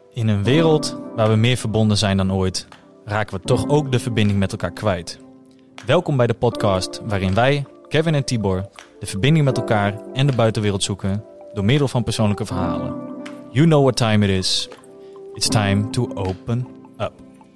In een wereld waar we meer verbonden zijn dan ooit, raken we toch ook de verbinding met elkaar kwijt. Welkom bij de podcast waarin wij, Kevin en Tibor, de verbinding met elkaar en de buitenwereld zoeken door middel van persoonlijke verhalen. You know what time it is. It's time to open up.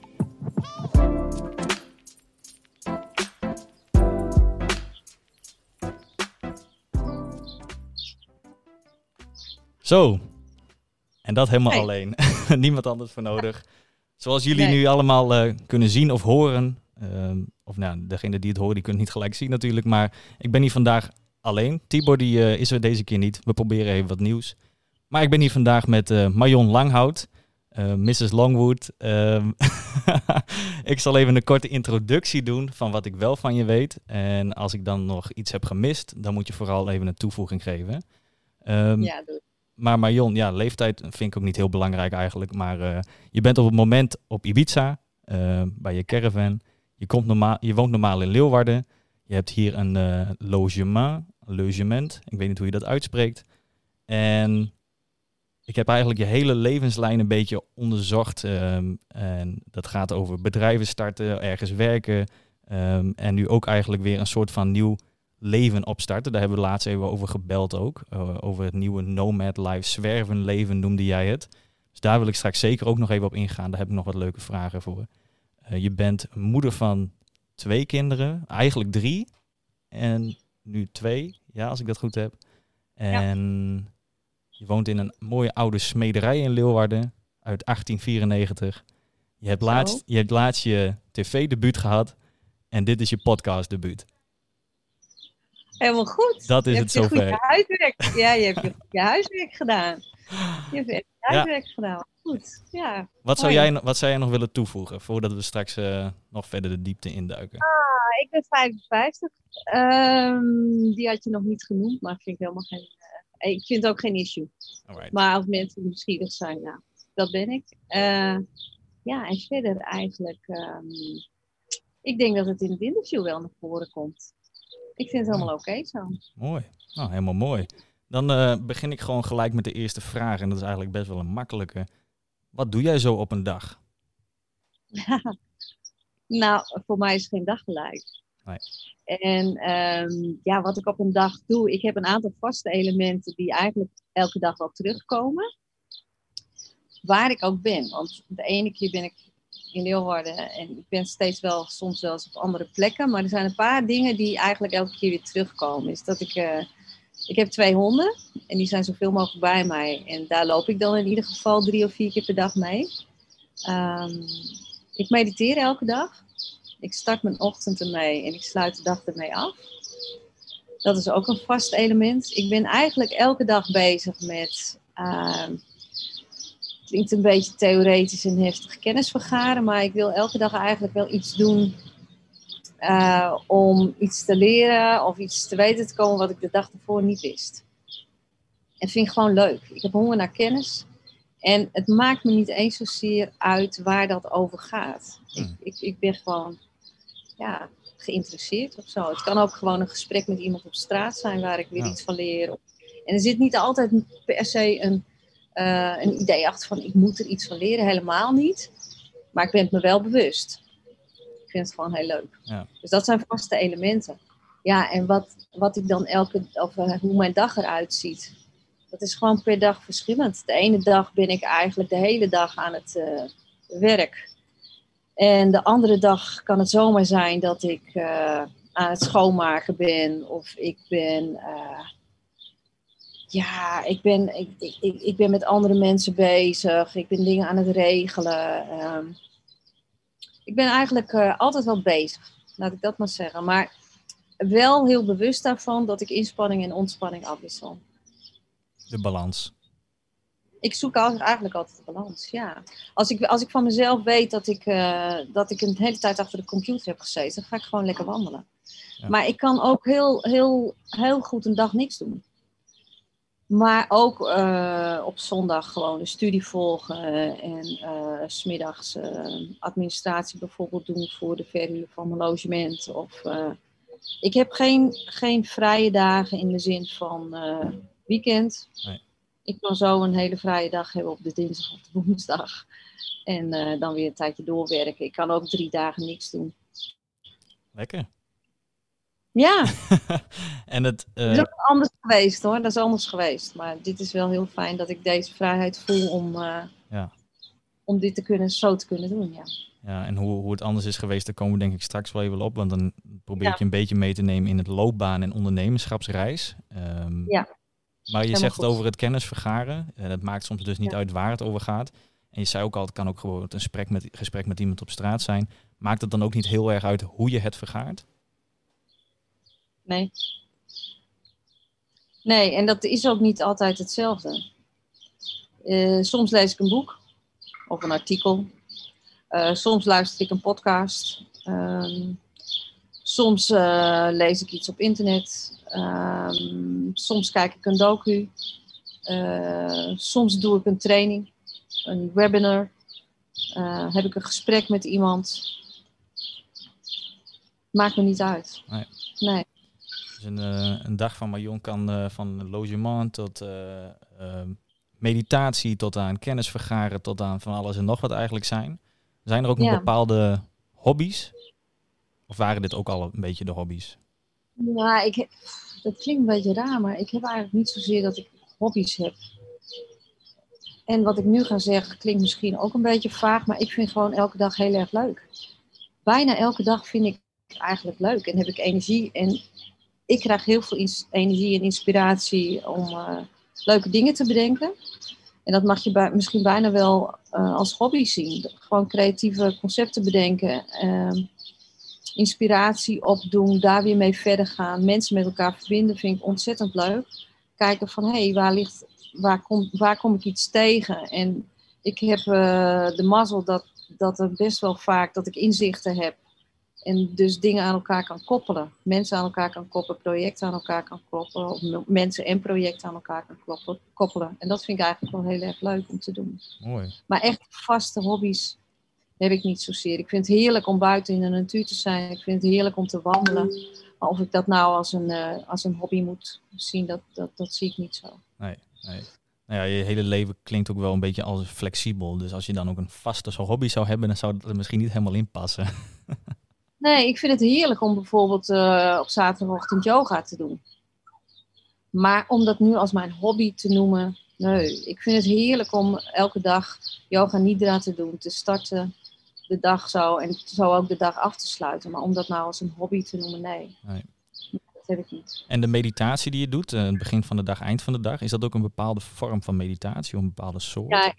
Zo, en dat helemaal alleen. Niemand anders voor nodig. Zoals jullie nu allemaal kunnen zien of horen. Degene die het horen, die kunnen het niet gelijk zien natuurlijk. Maar ik ben hier vandaag alleen. Tibor die is er deze keer niet. We proberen even wat nieuws. Maar ik ben hier vandaag met Marion Langhout. Mrs. Longwood. Ik zal even een korte introductie doen van wat ik wel van je weet. En als ik dan nog iets heb gemist, dan moet je vooral even een toevoeging geven. Ja, doe. Maar Marion, ja, leeftijd vind ik ook niet heel belangrijk eigenlijk. Maar je bent op het moment op Ibiza, bij je caravan. Je woont normaal in Leeuwarden. Je hebt hier een logement. Ik weet niet hoe je dat uitspreekt. En ik heb eigenlijk je hele levenslijn een beetje onderzocht. En dat gaat over bedrijven starten, ergens werken. En nu ook eigenlijk weer een soort van nieuw leven opstarten. Daar hebben we laatst even over gebeld ook. Over het nieuwe nomad life, zwerven leven noemde jij het. Dus daar wil ik straks zeker ook nog even op ingaan. Daar heb ik nog wat leuke vragen voor. Je bent moeder van 2 kinderen. Eigenlijk 3. En nu 2, ja, als ik dat goed heb. En je woont in een mooie oude smederij in Leeuwarden uit 1894. Je hebt laatst je tv-debuut gehad. En dit is je podcast-debuut. Helemaal goed. Dat is het zover. Ja, je hebt je huiswerk gedaan. Je hebt echt huiswerk gedaan. Goed, ja. Wat zou jij nog willen toevoegen voordat we straks nog verder de diepte induiken? Ik ben 55. Die had je nog niet genoemd, maar vind ik helemaal geen... ik vind het ook geen issue. Alright. Maar als mensen nieuwsgierig zijn, ja, dat ben ik. En verder eigenlijk... ik denk dat het in het interview wel naar voren komt. Ik vind het helemaal oké zo. Mooi. Nou, helemaal mooi. Dan begin ik gewoon gelijk met de eerste vraag. En dat is eigenlijk best wel een makkelijke. Wat doe jij zo op een dag? Nou, voor mij is geen dag gelijk. Nee. En wat ik op een dag doe. Ik heb een aantal vaste elementen die eigenlijk elke dag wel terugkomen. Waar ik ook ben. Want de ene keer ben ik in Leeuwarden en ik ben steeds wel, soms wel eens op andere plekken. Maar er zijn een paar dingen die eigenlijk elke keer weer terugkomen. Is dat ik heb 2 honden en die zijn zoveel mogelijk bij mij. En daar loop ik dan in ieder geval 3 of 4 keer per dag mee. Ik mediteer elke dag. Ik start mijn ochtend ermee en ik sluit de dag ermee af. Dat is ook een vast element. Ik ben eigenlijk elke dag bezig met... klinkt een beetje theoretisch en heftig kennis vergaren, maar ik wil elke dag eigenlijk wel iets doen om iets te leren of iets te weten te komen wat ik de dag ervoor niet wist. En vind ik gewoon leuk. Ik heb honger naar kennis en het maakt me niet eens zozeer uit waar dat over gaat. Ik ben gewoon geïnteresseerd of zo. Het kan ook gewoon een gesprek met iemand op straat zijn waar ik weer iets van leer. En er zit niet altijd per se een idee achter van ik moet er iets van leren, helemaal niet. Maar ik ben het me wel bewust. Ik vind het gewoon heel leuk. Ja. Dus dat zijn vaste elementen. Ja, en wat ik dan hoe mijn dag eruit ziet, dat is gewoon per dag verschillend. De ene dag ben ik eigenlijk de hele dag aan het werk. En de andere dag kan het zomaar zijn dat ik aan het schoonmaken ben of ik ben... ik ben met andere mensen bezig. Ik ben dingen aan het regelen. Ik ben eigenlijk altijd wel bezig. Laat ik dat maar zeggen. Maar wel heel bewust daarvan dat ik inspanning en ontspanning afwissel. De balans. Ik zoek eigenlijk altijd de balans, ja. Als ik van mezelf weet dat ik een hele tijd achter de computer heb gezeten, dan ga ik gewoon lekker wandelen. Ja. Maar ik kan ook heel goed een dag niks doen. Maar ook op zondag gewoon een studie volgen en 's middags administratie bijvoorbeeld doen voor de verhuur van mijn logement. Ik heb geen vrije dagen in de zin van weekend. Nee. Ik kan zo een hele vrije dag hebben op de dinsdag of de woensdag. En dan weer een tijdje doorwerken. Ik kan ook 3 dagen niks doen. Lekker. Ja, En het... dat is ook anders geweest hoor. Dat is anders geweest. Maar dit is wel heel fijn dat ik deze vrijheid voel om dit zo te kunnen doen. Ja. Ja, en hoe het anders is geweest, daar komen we denk ik straks wel even op. Want dan probeer ik je een beetje mee te nemen in het loopbaan- en ondernemerschapsreis. Maar je zegt het over het kennis vergaren. Dat maakt soms dus niet uit waar het over gaat. En je zei ook al, het kan ook gewoon een gesprek met iemand op straat zijn. Maakt het dan ook niet heel erg uit hoe je het vergaart? Nee. Nee, en dat is ook niet altijd hetzelfde. Soms lees ik een boek of een artikel. Soms luister ik een podcast. Soms lees ik iets op internet. Soms kijk ik een docu. Soms doe ik een training, een webinar. Heb ik een gesprek met iemand. Maakt me niet uit. Nee. Dus een dag van Marion kan van logement tot meditatie, tot aan kennis vergaren, tot aan van alles en nog wat eigenlijk zijn. Zijn er ook nog bepaalde hobby's? Of waren dit ook al een beetje de hobby's? Ja, dat klinkt een beetje raar, maar ik heb eigenlijk niet zozeer dat ik hobby's heb. En wat ik nu ga zeggen klinkt misschien ook een beetje vaag, maar ik vind gewoon elke dag heel erg leuk. Bijna elke dag vind ik eigenlijk leuk en heb ik energie. En ik krijg heel veel energie en inspiratie om leuke dingen te bedenken. En dat mag je misschien bijna wel als hobby zien. Gewoon creatieve concepten bedenken. Inspiratie opdoen, daar weer mee verder gaan. Mensen met elkaar verbinden vind ik ontzettend leuk. Kijken van, waar kom ik iets tegen? En ik heb de mazzel dat er best wel vaak dat ik inzichten heb. En dus dingen aan elkaar kan koppelen. Mensen aan elkaar kan koppelen, projecten aan elkaar kan koppelen. Of mensen en projecten aan elkaar kan koppelen. En dat vind ik eigenlijk wel heel erg leuk om te doen. Mooi. Maar echt vaste hobby's heb ik niet zozeer. Ik vind het heerlijk om buiten in de natuur te zijn. Ik vind het heerlijk om te wandelen. Maar of ik dat nou als een hobby moet zien, dat zie ik niet zo. Nee. Nou ja, je hele leven klinkt ook wel een beetje als flexibel. Dus als je dan ook een vaste hobby zou hebben, dan zou dat er misschien niet helemaal in passen. Nee, ik vind het heerlijk om bijvoorbeeld op zaterdagochtend yoga te doen. Maar om dat nu als mijn hobby te noemen, nee. Ik vind het heerlijk om elke dag yoga nidra te doen, te starten de dag zo en zo ook de dag af te sluiten. Maar om dat nou als een hobby te noemen, nee. Dat heb ik niet. En de meditatie die je doet, het begin van de dag, eind van de dag, is dat ook een bepaalde vorm van meditatie of een bepaalde soort?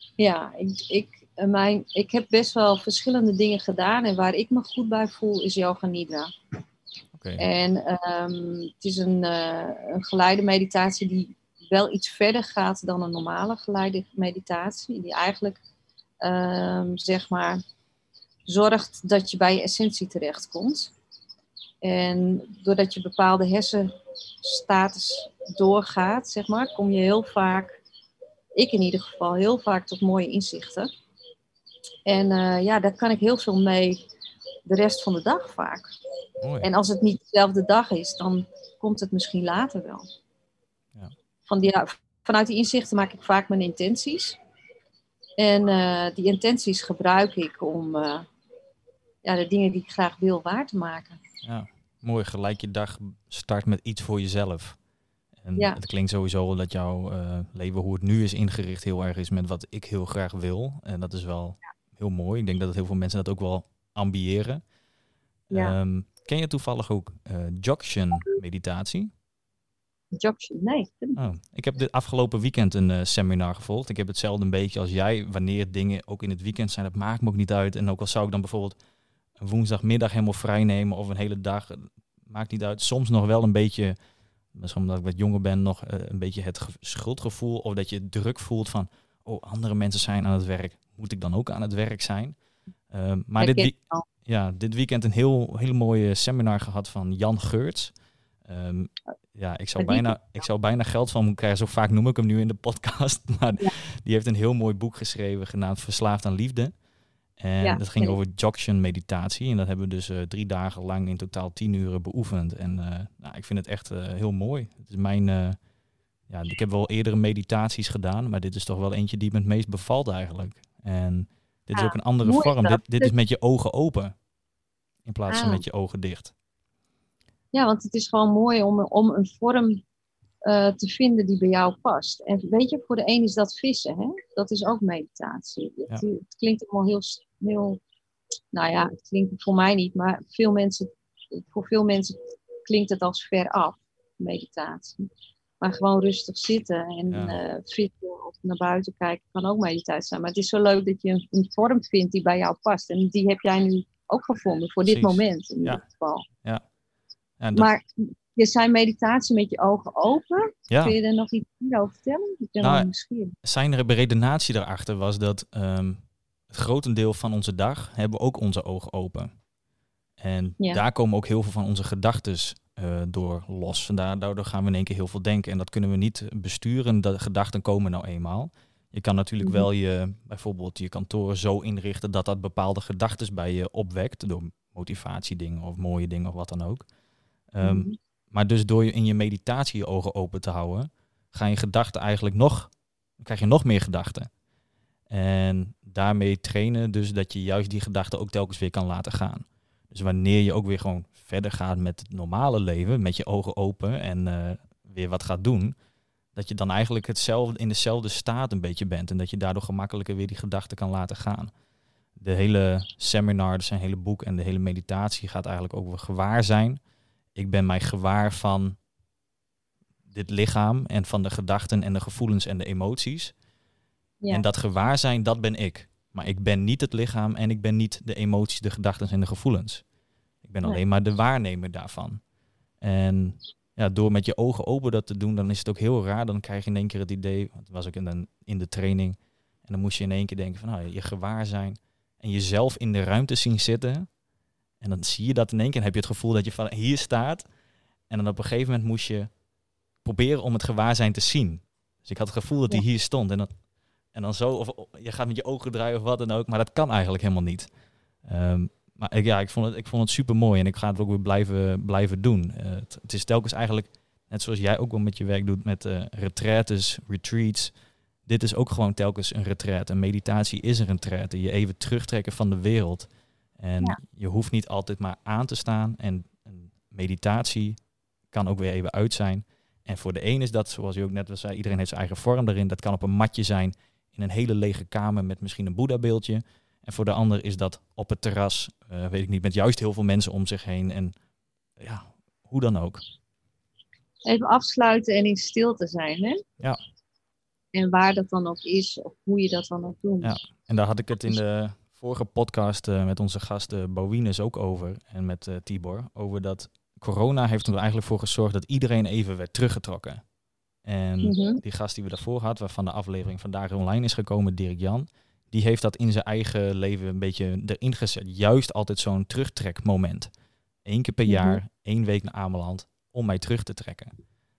Ik heb best wel verschillende dingen gedaan en waar ik me goed bij voel is yoga nidra. Okay. En het is een geleide meditatie die wel iets verder gaat dan een normale geleide meditatie. Die eigenlijk, zeg maar, zorgt dat je bij je essentie terechtkomt. En doordat je bepaalde hersenstatus doorgaat, zeg maar, kom je heel vaak, ik in ieder geval, heel vaak tot mooie inzichten. En daar kan ik heel veel mee de rest van de dag vaak. Mooi. En als het niet dezelfde dag is, dan komt het misschien later wel. Ja. Vanuit die inzichten maak ik vaak mijn intenties. En die intenties gebruik ik om de dingen die ik graag wil waar te maken. Ja, mooi. Gelijk je dag start met iets voor jezelf. En het klinkt sowieso dat jouw leven, hoe het nu is ingericht, heel erg is met wat ik heel graag wil. En dat is wel heel mooi. Ik denk dat heel veel mensen dat ook wel ambiëren. Ja. Ken je toevallig ook Dzogchen meditatie? Dzogchen? Nee. Ik heb dit afgelopen weekend een seminar gevolgd. Ik heb hetzelfde een beetje als jij. Wanneer dingen ook in het weekend zijn, dat maakt me ook niet uit. En ook al zou ik dan bijvoorbeeld een woensdagmiddag helemaal vrij nemen of een hele dag, maakt niet uit. Soms nog wel een beetje, misschien omdat ik wat jonger ben, nog een beetje het schuldgevoel of dat je druk voelt van, oh, andere mensen zijn aan het werk. Moet ik dan ook aan het werk zijn? Maar dit weekend een hele mooie seminar gehad van Jan Geurts. Ik zou bijna geld van moeten krijgen. Zo vaak noem ik hem nu in de podcast. Maar die heeft een heel mooi boek geschreven genaamd Verslaafd aan Liefde. En dat ging over Dzogchen meditatie. En dat hebben we dus 3 dagen lang in totaal 10 uren beoefend. En ik vind het echt heel mooi. Het is ja, ik heb wel eerdere meditaties gedaan, maar dit is toch wel eentje die me het meest bevalt eigenlijk. En dit is ook een andere mooi vorm. dat. Dit is met je ogen open in plaats van Ah, met je ogen dicht. ja, want het is gewoon mooi om een vorm te vinden die bij jou past. En weet je, voor de een is dat vissen, hè? Dat is ook meditatie. Ja. Het klinkt allemaal heel, nou ja, het klinkt voor mij niet, maar voor veel mensen klinkt het als ver af, meditatie. Maar gewoon rustig zitten en vissen of naar buiten kijken kan ook meditatie zijn. Maar het is zo leuk dat je een vorm vindt die bij jou past. En die heb jij nu ook gevonden voor dit moment in ieder geval. Ja. En Maar je zei meditatie met je ogen open. Ja. Kun je er nog iets over vertellen? Ik ben wel nieuwsgierig. Zijn redenatie daarachter was dat het grotendeel van onze dag hebben we ook onze ogen open. En daar komen ook heel veel van onze gedachten door los. En daardoor gaan we in één keer heel veel denken. En dat kunnen we niet besturen. De gedachten komen nou eenmaal. Je kan natuurlijk wel bijvoorbeeld je kantoor zo inrichten dat bepaalde gedachten bij je opwekt. Door motivatiedingen of mooie dingen of wat dan ook. Maar dus door je in je meditatie je ogen open te houden, gaan je gedachten eigenlijk krijg je nog meer gedachten. En daarmee trainen dus dat je juist die gedachten ook telkens weer kan laten gaan. Dus wanneer je ook weer gewoon verder gaat met het normale leven, met je ogen open en weer wat gaat doen, dat je dan eigenlijk in dezelfde staat een beetje bent en dat je daardoor gemakkelijker weer die gedachten kan laten gaan. De hele seminar, dus een hele boek en de hele meditatie gaat eigenlijk over gewaar zijn. Ik ben mij gewaar van dit lichaam en van de gedachten en de gevoelens en de emoties. Ja. En dat gewaarzijn, dat ben ik. Maar ik ben niet het lichaam en ik ben niet de emoties, de gedachten en de gevoelens. Ik ben alleen maar de waarnemer daarvan. En ja, door met je ogen open dat te doen, dan is het ook heel raar. Dan krijg je in één keer het idee, dat was ook in de training, en dan moest je in één keer denken van nou, je gewaarzijn en jezelf in de ruimte zien zitten. En dan zie je dat in één keer en heb je het gevoel dat je van hier staat. En dan op een gegeven moment moest je proberen om het gewaarzijn te zien. Dus ik had het gevoel dat hij hier stond. En dan zo, of je gaat met je ogen draaien of wat dan ook. Maar dat kan eigenlijk helemaal niet. Maar ik vond het super mooi. En ik ga het ook weer blijven doen. Het is telkens eigenlijk, net zoals jij ook wel met je werk doet, met retraites, retreats. Dit is ook gewoon telkens een retraite. Een meditatie is een retraite. Je even terugtrekken van de wereld. En je hoeft niet altijd maar aan te staan. En een meditatie kan ook weer even uit zijn. En voor de een is dat, zoals u ook net al zei, iedereen heeft zijn eigen vorm erin. Dat kan op een matje zijn in een hele lege kamer met misschien een Boeddha-beeldje. En voor de ander is dat op het terras, weet ik niet, met juist heel veel mensen om zich heen. En ja, hoe dan ook. Even afsluiten en in stilte zijn, hè? Ja. En waar dat dan ook is, of hoe je dat dan ook doet. Ja, en daar had ik het in de vorige podcast met onze gast Bouwines ook over. En met Tibor. Over dat corona heeft er eigenlijk voor gezorgd dat iedereen even werd teruggetrokken. En die gast die we daarvoor hadden, waarvan de aflevering vandaag online is gekomen, Dirk Jan, die heeft dat in zijn eigen leven een beetje erin gezet. Juist altijd zo'n terugtrekmoment. 1 keer per jaar, 1 week naar Ameland, om mij terug te trekken.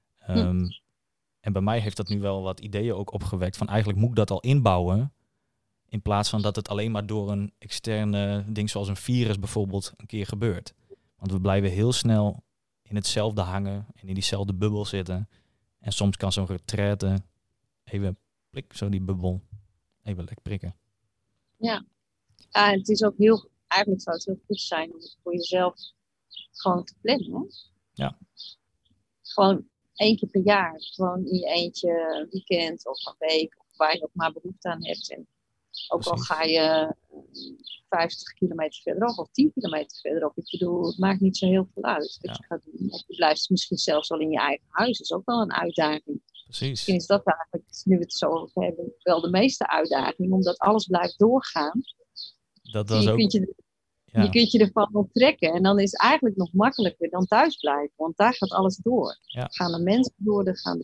En bij mij heeft dat nu wel wat ideeën ook opgewekt van eigenlijk moet ik dat al inbouwen, in plaats van dat het alleen maar door een externe ding zoals een virus bijvoorbeeld een keer gebeurt. Want we blijven heel snel in hetzelfde hangen en in diezelfde bubbel zitten. En soms kan zo'n retraite even plik, zo die bubbel even lekker prikken. Ja, het is ook eigenlijk zou het heel goed zijn om het voor jezelf gewoon te plannen. Hè? Ja. Gewoon 1 keer per jaar, gewoon in je eentje een weekend of een week, of waar je ook maar behoefte aan hebt. En ook al ga je 50 kilometer verderop of 10 kilometer verderop. Ik bedoel, het maakt niet zo heel veel uit wat je gaat doen. Of je blijft misschien zelfs wel in je eigen huis. Dat is ook wel een uitdaging. Precies. Misschien is dat eigenlijk, nu we het zo over hebben, wel de meeste uitdaging. Omdat alles blijft doorgaan. Dat was ook... Je kunt je ervan onttrekken. En dan is het eigenlijk nog makkelijker dan thuis blijven. Want daar gaat alles door. Ja. Gaan de mensen door.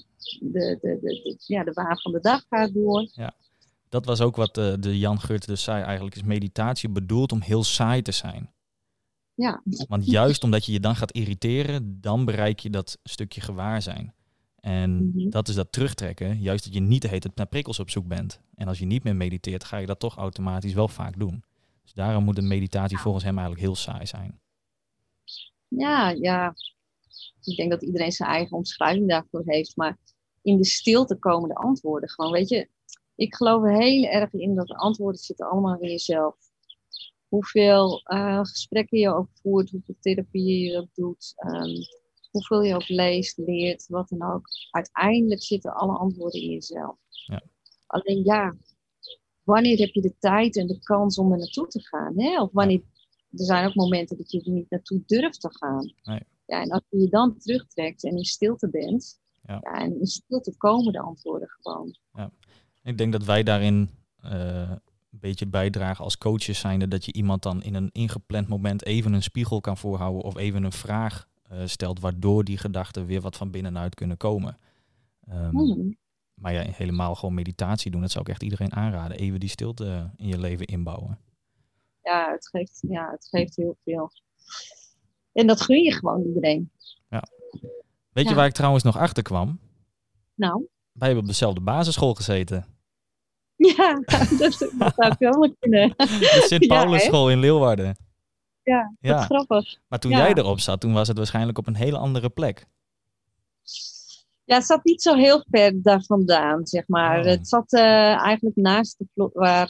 De waan van de dag gaat door. Ja. Dat was ook wat de Jan Geurt dus zei. Eigenlijk is meditatie bedoeld om heel saai te zijn. Ja. Want juist omdat je je dan gaat irriteren, dan bereik je dat stukje gewaarzijn. En dat is dat terugtrekken. Juist dat je niet de hele tijd naar prikkels op zoek bent. En als je niet meer mediteert, ga je dat toch automatisch wel vaak doen. Dus daarom moet een meditatie volgens hem eigenlijk heel saai zijn. Ja. Ik denk dat iedereen zijn eigen omschrijving daarvoor heeft. Maar in de stilte komen de antwoorden gewoon. Weet je, ik geloof er heel erg in dat de antwoorden zitten allemaal in jezelf. Hoeveel gesprekken je ook voert, hoeveel therapie je ook doet, hoeveel je ook leest, leert, wat dan ook. Uiteindelijk zitten alle antwoorden in jezelf. Ja. Alleen ja, wanneer heb je de tijd en de kans om er naartoe te gaan? Hè? Of wanneer, er zijn ook momenten dat je er niet naartoe durft te gaan. Nee. Ja, en als je je dan terugtrekt en in stilte bent, en in stilte komen de antwoorden gewoon. Ja. Ik denk dat wij daarin een beetje bijdragen als coaches zijnde, dat je iemand dan in een ingepland moment even een spiegel kan voorhouden of even een vraag stelt, waardoor die gedachten weer wat van binnenuit kunnen komen. Maar ja, helemaal gewoon meditatie doen, dat zou ik echt iedereen aanraden. Even die stilte in je leven inbouwen. Ja, het geeft heel veel. En dat gun je gewoon iedereen. Ja. Weet je waar ik trouwens nog achter kwam? Nou? Wij hebben op dezelfde basisschool gezeten. Ja, dat zou ik wel kunnen. De Sint-Paulusschool in Leeuwarden. Ja, wat grappig. Maar toen jij erop zat, toen was het waarschijnlijk op een hele andere plek. Ja, het zat niet zo heel ver daar vandaan, zeg maar. Oh. Het zat eigenlijk naast de plek waar...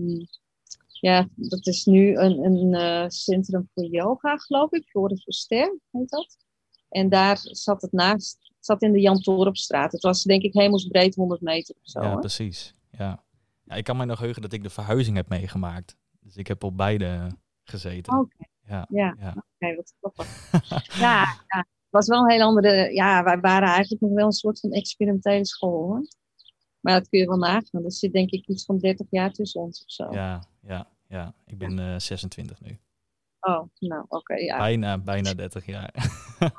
dat is nu een centrum voor yoga, geloof ik. Floris Verster heet dat. En daar zat het naast. Het zat in de Jan Toorpstraat. Het was denk ik hemelsbreed 100 meter of zo. Ja, hè? precies. Ja, ik kan mij nog heugen dat ik de verhuizing heb meegemaakt. Dus ik heb op beide gezeten. Oké. Ja. Oké, wat grappig. ja, het was wel een heel andere... Ja, wij waren eigenlijk nog wel een soort van experimentele school, hoor. Maar dat kun je wel nagaan. Er zit denk ik iets van 30 jaar tussen ons of zo. Ja. Ik ben 26 nu. Oh, nou, oké, ja. Bijna 30 jaar.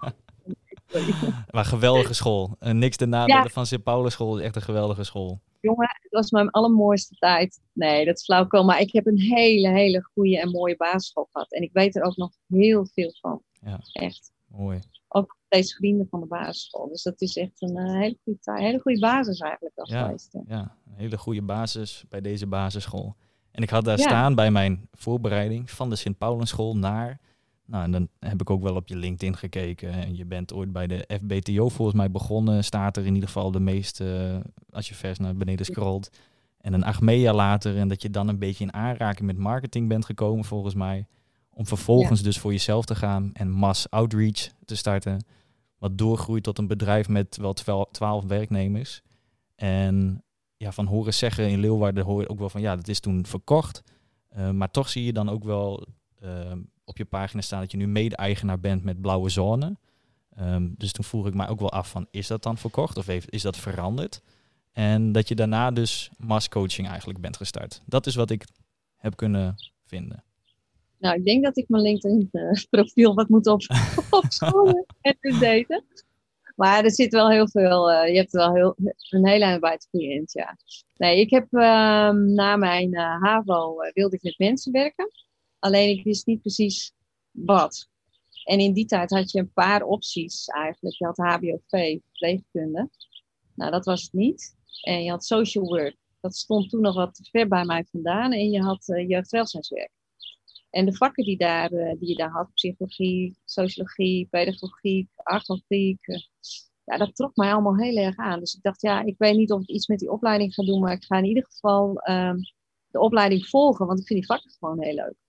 Maar geweldige school. Niks te nadelen van Sint-Paulusschool. Is echt een geweldige school. Jongen, het was mijn allermooiste tijd. Nee, dat is flauwkul. Maar ik heb een hele goede en mooie basisschool gehad. En ik weet er ook nog heel veel van. Ja. Echt. Mooi. Ook steeds vrienden van de basisschool. Dus dat is echt een hele goede basis eigenlijk al geweest. Ja, een hele goede basis bij deze basisschool. En ik had daar staan bij mijn voorbereiding van de Sint-Paulusschool naar... Nou, en dan heb ik ook wel op je LinkedIn gekeken. En je bent ooit bij de FBTO volgens mij begonnen. Staat er in ieder geval de meeste, als je vers naar beneden scrolt. En een Achmea later. En dat je dan een beetje in aanraking met marketing bent gekomen volgens mij. Om vervolgens dus voor jezelf te gaan en mass outreach te starten. Wat doorgroeit tot een bedrijf met wel 12 werknemers. En ja, van horen zeggen in Leeuwarden hoor je ook wel van ja, dat is toen verkocht. Maar toch zie je dan ook wel op je pagina staan dat je nu mede-eigenaar bent met Blauwe Zone. Dus toen vroeg ik mij ook wel af van, is dat dan verkocht of is dat veranderd? En dat je daarna dus masscoaching eigenlijk bent gestart. Dat is wat ik heb kunnen vinden. Nou, ik denk dat ik mijn LinkedIn-profiel wat moet opschonen en updaten. Maar er zit wel heel veel, je hebt wel een hele eind bij het cliënt, ja. Nee, ik heb na mijn HAVO wilde ik met mensen werken. Alleen ik wist niet precies wat. En in die tijd had je een paar opties eigenlijk. Je had HBOV, verpleegkunde. Nou, dat was het niet. En je had social work. Dat stond toen nog wat ver bij mij vandaan. En je had jeugdwelzijnswerk. En de vakken die je daar had, psychologie, sociologie, pedagogiek, agogiek, dat trok mij allemaal heel erg aan. Dus ik dacht, ik weet niet of ik iets met die opleiding ga doen, maar ik ga in ieder geval de opleiding volgen, want ik vind die vakken gewoon heel leuk.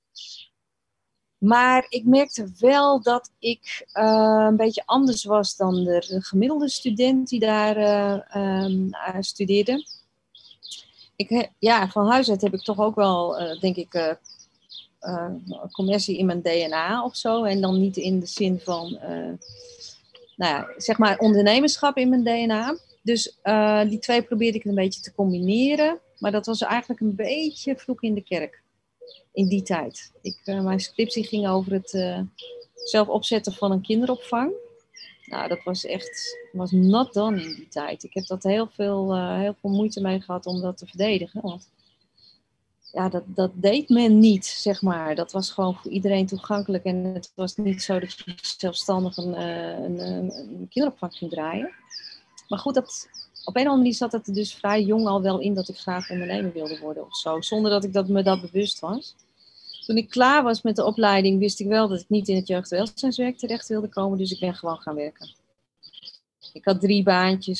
Maar ik merkte wel dat ik een beetje anders was dan de gemiddelde student die daar studeerde. Van huis uit heb ik toch ook wel, denk ik, commercie in mijn DNA of zo. En dan niet in de zin van, zeg maar ondernemerschap in mijn DNA. Dus die twee probeerde ik een beetje te combineren. Maar dat was eigenlijk een beetje vroeg in de kerk. In die tijd. Mijn scriptie ging over het zelf opzetten van een kinderopvang. Nou, dat was not done in die tijd. Ik heb dat heel veel moeite mee gehad om dat te verdedigen. Want dat deed men niet, zeg maar. Dat was gewoon voor iedereen toegankelijk. En het was niet zo dat je zelfstandig een kinderopvang ging draaien. Maar goed, op een of andere manier zat het er dus vrij jong al wel in dat ik graag ondernemer wilde worden of zo. Zonder dat ik me dat bewust was. Toen ik klaar was met de opleiding wist ik wel dat ik niet in het jeugdwelzijnswerk terecht wilde komen. Dus ik ben gewoon gaan werken. Ik had 3 baantjes.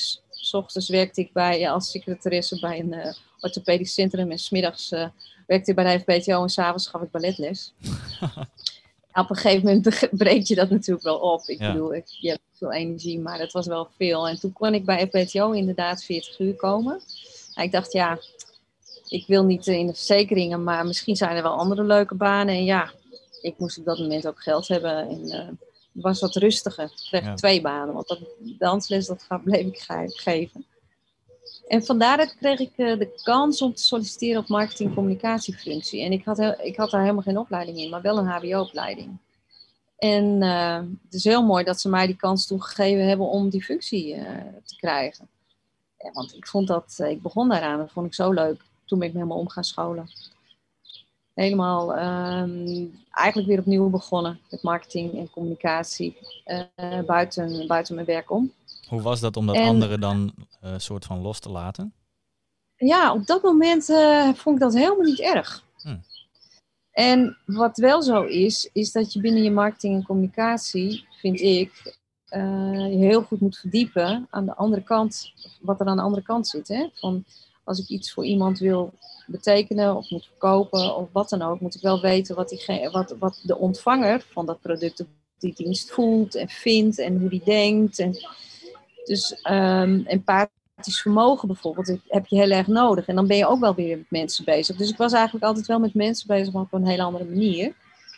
'S ochtends werkte ik als secretaresse bij een orthopedisch centrum. En 's middags werkte ik bij de FBTO en 's avonds gaf ik balletles. Op een gegeven moment breekt je dat natuurlijk wel op. Ik bedoel, je hebt veel energie, maar dat was wel veel. En toen kon ik bij FBTO inderdaad 40 uur komen. En ik dacht, ja, ik wil niet in de verzekeringen, maar misschien zijn er wel andere leuke banen. En ja, ik moest op dat moment ook geld hebben. En het was wat rustiger. Ik kreeg 2 banen, want dat dansles bleef ik geven. En vandaar kreeg ik de kans om te solliciteren op marketing- en communicatiefunctie. En ik had daar helemaal geen opleiding in, maar wel een hbo-opleiding. En het is heel mooi dat ze mij die kans toegegeven hebben om die functie te krijgen. Ja, want ik begon daaraan, dat vond ik zo leuk. Toen ben ik me helemaal om gaan scholen. Helemaal eigenlijk weer opnieuw begonnen met marketing en communicatie buiten mijn werk om. Hoe was dat om dat anderen dan soort van los te laten? Ja, op dat moment vond ik dat helemaal niet erg. En wat wel zo is dat je binnen je marketing en communicatie, vind ik, je heel goed moet verdiepen aan de andere kant, wat er aan de andere kant zit. Hè? Van, als ik iets voor iemand wil betekenen of moet verkopen of wat dan ook, moet ik wel weten wat de ontvanger van dat product of die dienst voelt en vindt en hoe die denkt. Dus empathisch vermogen bijvoorbeeld heb je heel erg nodig. En dan ben je ook wel weer met mensen bezig. Dus ik was eigenlijk altijd wel met mensen bezig, maar op een hele andere manier.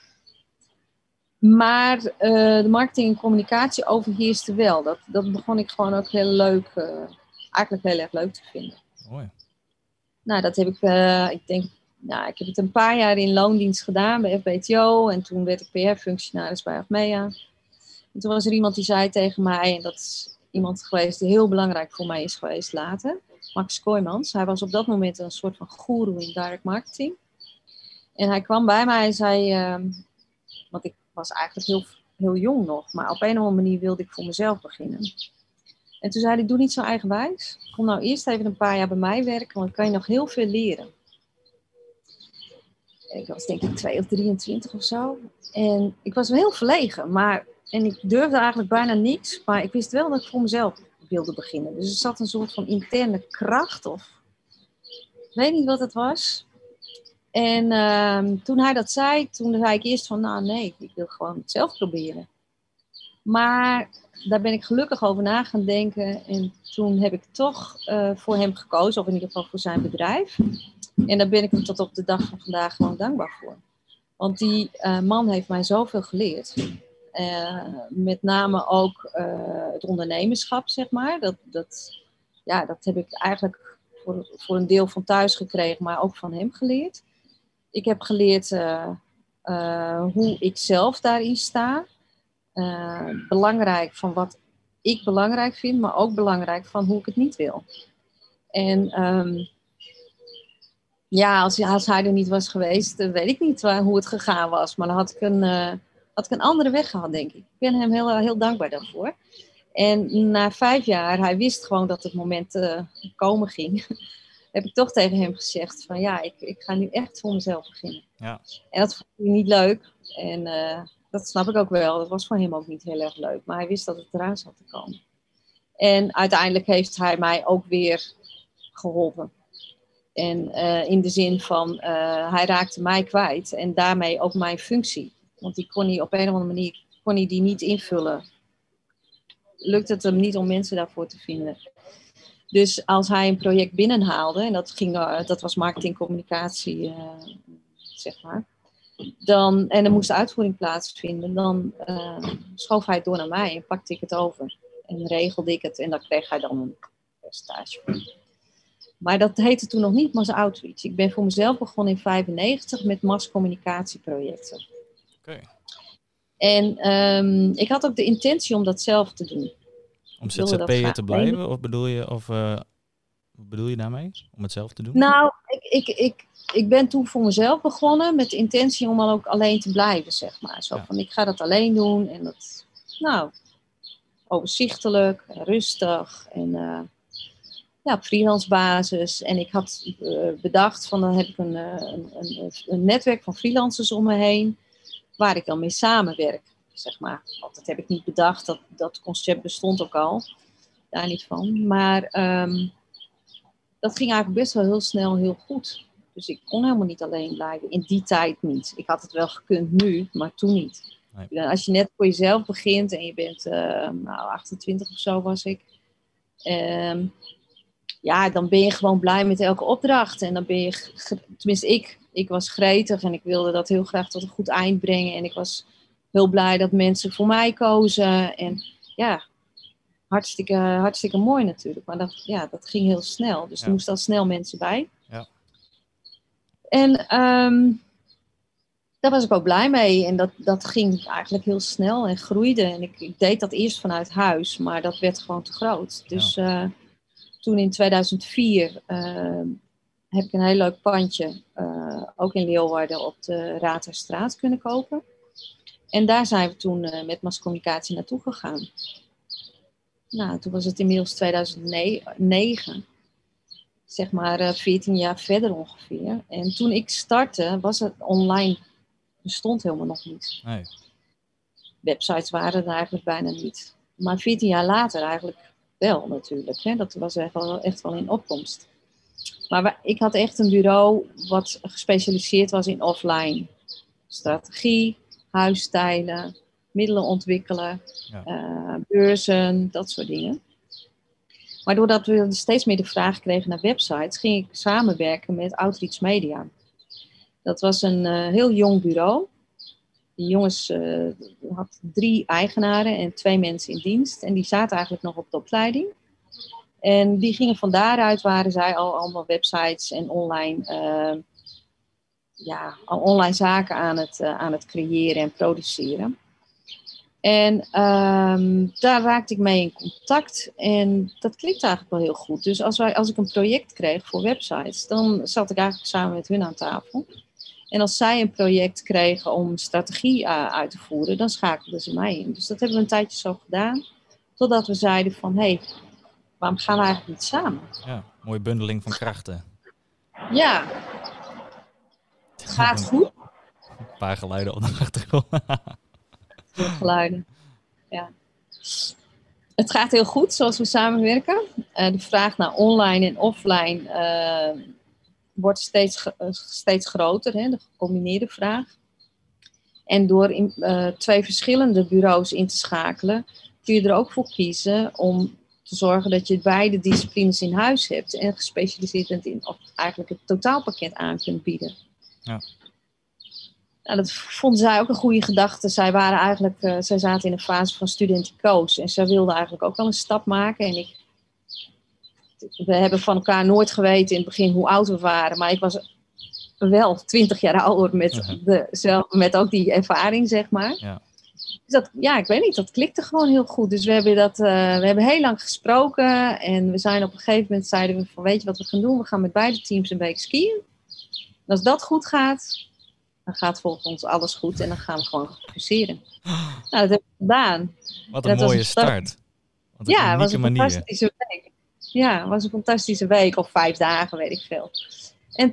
Maar de marketing en communicatie overheerste wel. Dat begon ik gewoon ook heel leuk, eigenlijk heel erg leuk te vinden. Mooi. Nou, dat heb ik, ik heb het een paar jaar in loondienst gedaan bij FBTO. En toen werd ik PR-functionaris bij Achmea. En toen was er iemand die zei tegen mij, en dat is iemand geweest die heel belangrijk voor mij is geweest later. Max Kooijmans. Hij was op dat moment een soort van goeroe in direct marketing. En hij kwam bij mij en zei, want ik was eigenlijk heel, heel jong nog, maar op een of andere manier wilde ik voor mezelf beginnen. En toen zei hij, doe niet zo eigenwijs. Kom nou eerst even een paar jaar bij mij werken, want dan kan je nog heel veel leren. En ik was denk ik 2 of 23 of zo. En ik was wel heel verlegen, en ik durfde eigenlijk bijna niks, maar ik wist wel dat ik voor mezelf wilde beginnen. Dus er zat een soort van interne kracht, of ik weet niet wat het was. En toen hij dat zei, toen zei ik eerst van, nou nee, ik wil gewoon het zelf proberen. Maar daar ben ik gelukkig over na gaan denken. En toen heb ik toch voor hem gekozen, of in ieder geval voor zijn bedrijf. En daar ben ik hem tot op de dag van vandaag gewoon dankbaar voor. Want die man heeft mij zoveel geleerd. Met name ook het ondernemerschap, zeg maar. Dat heb ik eigenlijk voor een deel van thuis gekregen, maar ook van hem geleerd. Ik heb geleerd hoe ik zelf daarin sta. Belangrijk van wat ik belangrijk vind, maar ook belangrijk van hoe ik het niet wil. En als hij er niet was geweest, weet ik niet hoe het gegaan was. Maar dan had ik een andere weg gehad, denk ik. Ik ben hem heel, heel dankbaar daarvoor. En na 5 jaar, hij wist gewoon dat het moment komen ging, heb ik toch tegen hem gezegd van ja, ik ga nu echt voor mezelf beginnen. Ja. En dat vond hij niet leuk. En dat snap ik ook wel. Dat was voor hem ook niet heel erg leuk. Maar hij wist dat het eraan zat te komen. En uiteindelijk heeft hij mij ook weer geholpen. En in de zin van, hij raakte mij kwijt. En daarmee ook mijn functie. Want die kon hij op een of andere manier die niet invullen. Lukte het hem niet om mensen daarvoor te vinden. Dus als hij een project binnenhaalde, en dat was marketing, communicatie, zeg maar. En er moest uitvoering plaatsvinden, dan schoof hij het door naar mij en pakte ik het over. En regelde ik het en dan kreeg hij dan een percentage voor. Maar dat heette toen nog niet Mass Outreach. Ik ben voor mezelf begonnen in 1995 met masscommunicatieprojecten. Okay. En ik had ook de intentie om dat zelf te doen. Om ZZP'er te blijven? Of wat bedoel je daarmee? Om het zelf te doen? Nou, ik ben toen voor mezelf begonnen met de intentie om ook alleen te blijven, zeg maar. Zo van, ik ga dat alleen doen en dat, overzichtelijk, rustig en op freelance basis. En ik had bedacht van, dan heb ik een netwerk van freelancers om me heen, waar ik dan mee samenwerk, zeg maar. Want dat heb ik niet bedacht, dat concept bestond ook al. daar niet van. Maar dat ging eigenlijk best wel heel snel heel goed. Dus ik kon helemaal niet alleen blijven. In die tijd niet. Ik had het wel gekund nu, maar toen niet. Nee. Als je net voor jezelf begint en je bent 28 of zo was ik. Dan ben je gewoon blij met elke opdracht. En dan ben je, tenminste ik was gretig en ik wilde dat heel graag tot een goed eind brengen. En ik was heel blij dat mensen voor mij kozen. En ja, hartstikke mooi natuurlijk. Maar dat ging heel snel. Dus er moesten al snel mensen bij. Ja. En daar was ik ook blij mee. En dat ging eigenlijk heel snel en groeide. En ik deed dat eerst vanuit huis, maar dat werd gewoon te groot. Dus toen in 2004 heb ik een heel leuk pandje, ook in Leeuwarden, op de Raadhuisstraat kunnen kopen. En daar zijn we toen met Masscommunicatie naartoe gegaan. Nou, toen was het inmiddels 2009. Zeg maar 14 jaar verder ongeveer. En toen ik startte, was het online, bestond helemaal nog niet. Nee. Websites waren er eigenlijk bijna niet. Maar 14 jaar later eigenlijk wel natuurlijk. Hè? Dat was echt wel in opkomst. Maar ik had echt een bureau wat gespecialiseerd was in offline. Strategie, huisstijlen, middelen ontwikkelen, beurzen, dat soort dingen. Maar doordat we steeds meer de vraag kregen naar websites, ging ik samenwerken met Outreach Media. Dat was een heel jong bureau. Die jongens had 3 eigenaren en 2 mensen in dienst. En die zaten eigenlijk nog op de opleiding. En die gingen van daaruit, waren zij al allemaal websites en online zaken aan het creëren en produceren. En daar raakte ik mee in contact. En dat klinkt eigenlijk wel heel goed. Dus als ik een project kreeg voor websites, dan zat ik eigenlijk samen met hun aan tafel. En als zij een project kregen om strategie uit te voeren, dan schakelden ze mij in. Dus dat hebben we een tijdje zo gedaan. Totdat we zeiden van, hé, waarom gaan we eigenlijk niet samen? Ja, mooie bundeling van krachten. Ja. Het gaat goed. Een paar geluiden op de achtergrond. Geluiden, ja. Het gaat heel goed zoals we samenwerken. De vraag naar online en offline wordt steeds groter, hè, de gecombineerde vraag. En door 2 verschillende bureaus in te schakelen, kun je er ook voor kiezen om te zorgen dat je beide disciplines in huis hebt en gespecialiseerd bent in, of eigenlijk het totaalpakket aan kunt bieden. Ja. Nou, dat vonden zij ook een goede gedachte. Zij zaten in een fase van studenticoos en zij wilden eigenlijk ook wel een stap maken. En we hebben van elkaar nooit geweten in het begin hoe oud we waren, maar ik was wel 20 jaar ouder met ook die ervaring, zeg maar. Ja. Dus ik weet niet, dat klikte gewoon heel goed. Dus we hebben heel lang gesproken en we zijn op een gegeven moment zeiden we van, weet je wat we gaan doen? We gaan met beide teams een week skiën. En als dat goed gaat, dan gaat volgens ons alles goed en dan gaan we gewoon focuseren. Nou, dat hebben we gedaan. Wat een mooie start. Ja, het was een fantastische week. Ja, het was een fantastische week, of 5 dagen, weet ik veel. En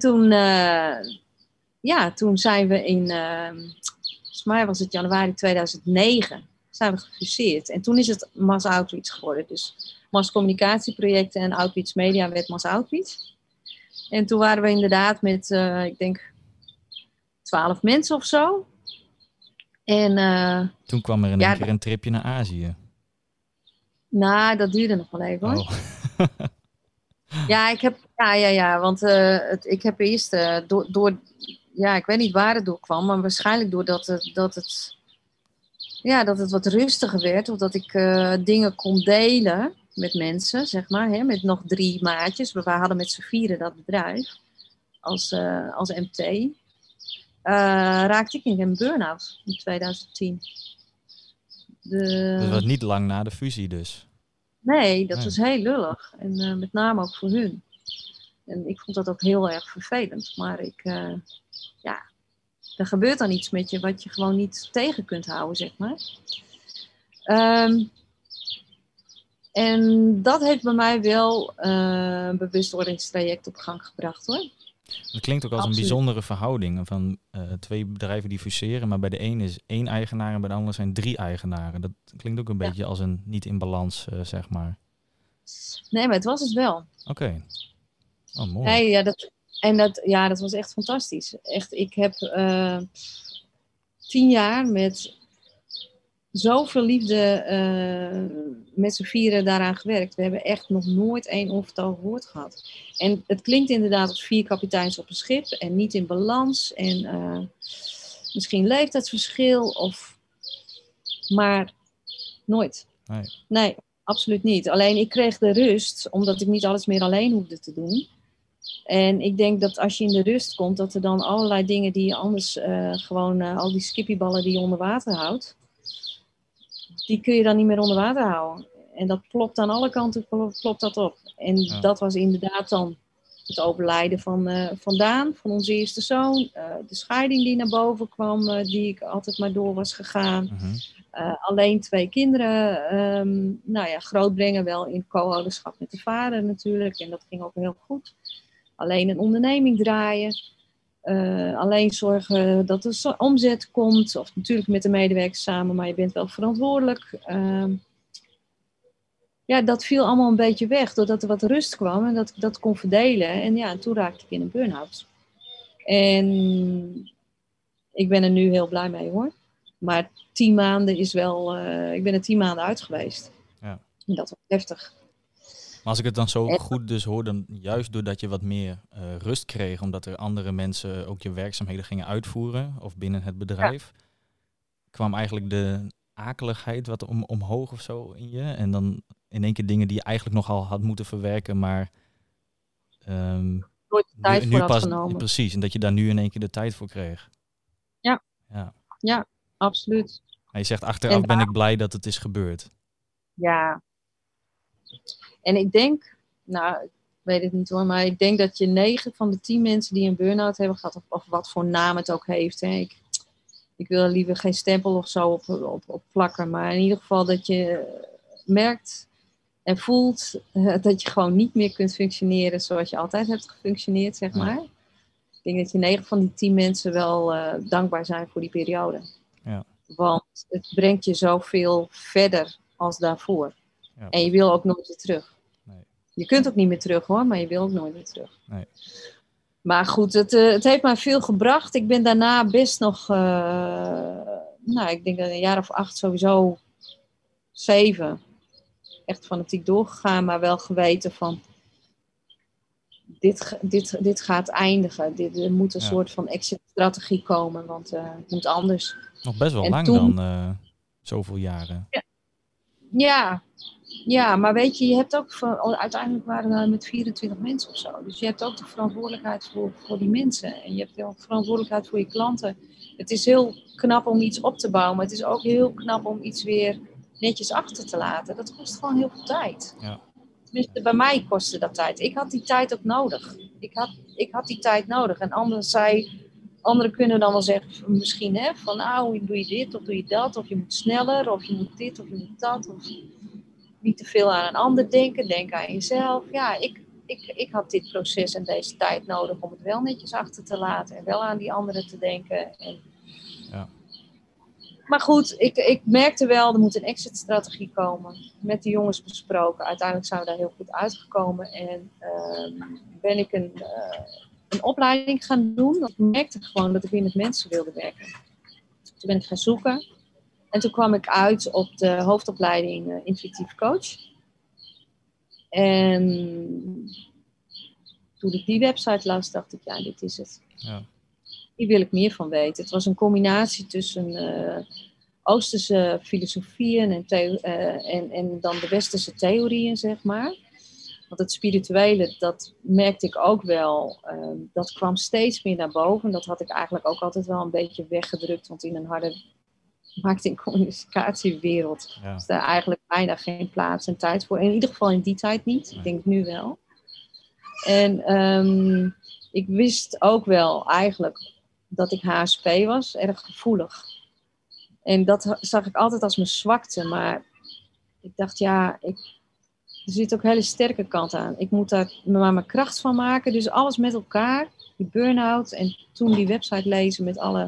toen zijn we in, volgens mij was het januari 2009, zijn we gefuseerd. En toen is het Mass Outreach geworden. Dus Mass Communicatieprojecten en Outreach Media werd Mass Outreach. En toen waren we inderdaad met, ik denk, 12 mensen of zo. En toen kwam er in één keer een tripje naar Azië. Nou, dat duurde nog wel even hoor. Oh. Want ik heb eerst ik weet niet waar het door kwam, maar waarschijnlijk doordat het wat rustiger werd, of dat ik dingen kon delen met mensen, zeg maar, hè, met nog 3 maatjes. We hadden met z'n 4 dat bedrijf als MT. Raakte ik in een burn-out in 2010. Dat was niet lang na de fusie dus. Nee, dat was heel lullig. En met name ook voor hun. En ik vond dat ook heel erg vervelend. Maar er gebeurt dan iets met je wat je gewoon niet tegen kunt houden, zeg maar. En dat heeft bij mij wel een bewustwordingstraject op gang gebracht, hoor. Het klinkt ook als een bijzondere verhouding van 2 bedrijven die fuseren, maar bij de een is 1 eigenaar en bij de ander zijn 3 eigenaren. Dat klinkt ook een beetje als een niet in balans, zeg maar. Nee, maar het was het wel. Oké. Oh, mooi. Nee, ja, dat was echt fantastisch. Echt, ik heb 10 jaar met zoveel liefde met z'n vieren daaraan gewerkt. We hebben echt nog nooit één onvertogen woord gehad. En het klinkt inderdaad als 4 kapiteins op een schip en niet in balans. En misschien leeftijdsverschil, maar nooit. Nee, absoluut niet. Alleen ik kreeg de rust, omdat ik niet alles meer alleen hoefde te doen. En ik denk dat als je in de rust komt, dat er dan allerlei dingen die je anders al die skippyballen die je onder water houdt, die kun je dan niet meer onder water houden. En dat plopt aan alle kanten plopt dat op. En dat was inderdaad dan het overlijden van Daan, van onze eerste zoon. De scheiding die naar boven kwam, die ik altijd maar door was gegaan. Mhm. Alleen 2 kinderen. Grootbrengen wel in co-ouderschap met de vader natuurlijk. En dat ging ook heel goed. Alleen een onderneming draaien. Alleen zorgen dat er omzet komt. Of natuurlijk met de medewerkers samen, maar je bent wel verantwoordelijk. Dat viel allemaal een beetje weg. Doordat er wat rust kwam en dat ik dat kon verdelen. En toen raakte ik in een burn-out. En ik ben er nu heel blij mee hoor. Maar 10 maanden is wel... ik ben er 10 maanden uit geweest. Ja. En dat was heftig. Maar als ik het dan zo goed dus hoor, dan juist doordat je wat meer rust kreeg, omdat er andere mensen ook je werkzaamheden gingen uitvoeren, of binnen het bedrijf, kwam eigenlijk de akeligheid wat omhoog of zo in je. En dan in één keer dingen die je eigenlijk nogal had moeten verwerken, maar nooit de tijd voor had pas genomen. Precies, en dat je daar nu in één keer de tijd voor kreeg. Ja, absoluut. Maar je zegt achteraf ben ik blij dat het is gebeurd. Ja. En ik denk, ik weet het niet hoor, maar ik denk dat je 9 van de 10 mensen die een burn-out hebben gehad, of wat voor naam het ook heeft. Hè. Ik wil er liever geen stempel of zo op plakken, maar in ieder geval dat je merkt en voelt dat je gewoon niet meer kunt functioneren zoals je altijd hebt gefunctioneerd, zeg maar. Ik denk dat je 9 van die 10 mensen wel dankbaar zijn voor die periode. Ja. Want het brengt je zoveel verder als daarvoor. Ja. En je wil ook nooit weer terug. Nee. Je kunt ook niet meer terug hoor, maar je wil ook nooit meer terug. Nee. Maar goed, het heeft mij veel gebracht. Ik ben daarna best nog, ik denk dat een jaar of 8 sowieso 7 echt fanatiek doorgegaan, maar wel geweten van dit gaat eindigen. Er moet een soort van exit-strategie komen, want het moet anders. Nog best wel en lang toen, dan, zoveel jaren. Ja, maar weet je hebt ook, uiteindelijk waren we met 24 mensen of zo. Dus je hebt ook de verantwoordelijkheid voor die mensen. En je hebt ook verantwoordelijkheid voor je klanten. Het is heel knap om iets op te bouwen, maar het is ook heel knap om iets weer netjes achter te laten. Dat kost gewoon heel veel tijd. Ja. Tenminste, bij mij kostte dat tijd. Ik had die tijd ook nodig. Ik had die tijd nodig. En anderen kunnen dan wel zeggen, misschien van hoe doe je dit of doe je dat. Of je moet sneller, of je moet dit of je moet dat. Of niet te veel aan een ander denken, denk aan jezelf. Ja, ik had dit proces en deze tijd nodig om het wel netjes achter te laten en wel aan die anderen te denken. Maar goed, ik merkte wel, er moet een exit-strategie komen. Met de jongens besproken. Uiteindelijk zijn we daar heel goed uitgekomen. En ben ik een opleiding gaan doen. Want ik merkte gewoon dat ik weer met mensen wilde werken. Toen ben ik gaan zoeken. En toen kwam ik uit op de hoofdopleiding Intuïtief Coach. En toen ik die website las, dacht ik, ja, dit is het. Ja. Hier wil ik meer van weten. Het was een combinatie tussen Oosterse filosofieën en dan de Westerse theorieën, zeg maar. Want het spirituele, dat merkte ik ook wel. Dat kwam steeds meer naar boven. Dat had ik eigenlijk ook altijd wel een beetje weggedrukt. Want in een harde marketing- en communicatiewereld is daar eigenlijk bijna geen plaats en tijd voor. In ieder geval in die tijd niet. Ik denk nu wel. En ik wist ook wel eigenlijk dat ik HSP was. Erg gevoelig. En dat zag ik altijd als mijn zwakte. Maar ik dacht, er zit ook een hele sterke kant aan. Ik moet daar maar mijn kracht van maken. Dus alles met elkaar. Die burn-out. En toen die website lezen met alle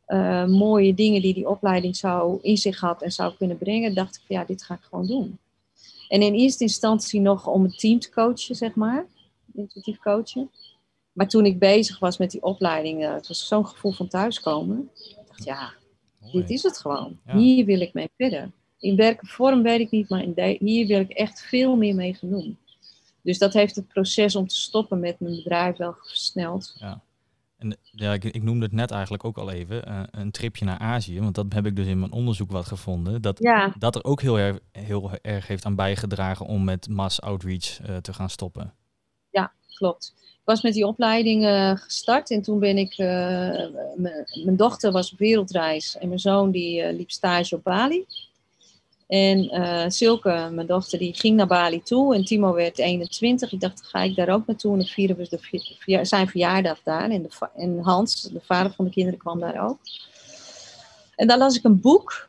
mooie dingen die opleiding in zich had en zou kunnen brengen. Dacht ik, dit ga ik gewoon doen. En in eerste instantie nog om het team te coachen, zeg maar. Intuïtief coachen. Maar toen ik bezig was met die opleiding, het was zo'n gevoel van thuiskomen. Ik dacht, ja, dit is het gewoon. Ja. Hier wil ik mee verder. In welke vorm weet ik niet, maar hier wil ik echt veel meer mee gaan doen. Dus dat heeft het proces om te stoppen met mijn bedrijf wel versneld. Ja. En ja, ik noemde het net eigenlijk ook al even, een tripje naar Azië. Want dat heb ik dus in mijn onderzoek wat gevonden. Dat er ook heel erg heeft aan bijgedragen om met mass outreach te gaan stoppen. Ja, klopt. Ik was met die opleiding gestart en toen ben ik... mijn dochter was op wereldreis en mijn zoon die liep stage op Bali. En Silke, mijn dochter, die ging naar Bali toe en Timo werd 21. Ik dacht, ga ik daar ook naartoe? En dan vieren we zijn verjaardag daar. En Hans, de vader van de kinderen, kwam daar ook. En daar las ik een boek.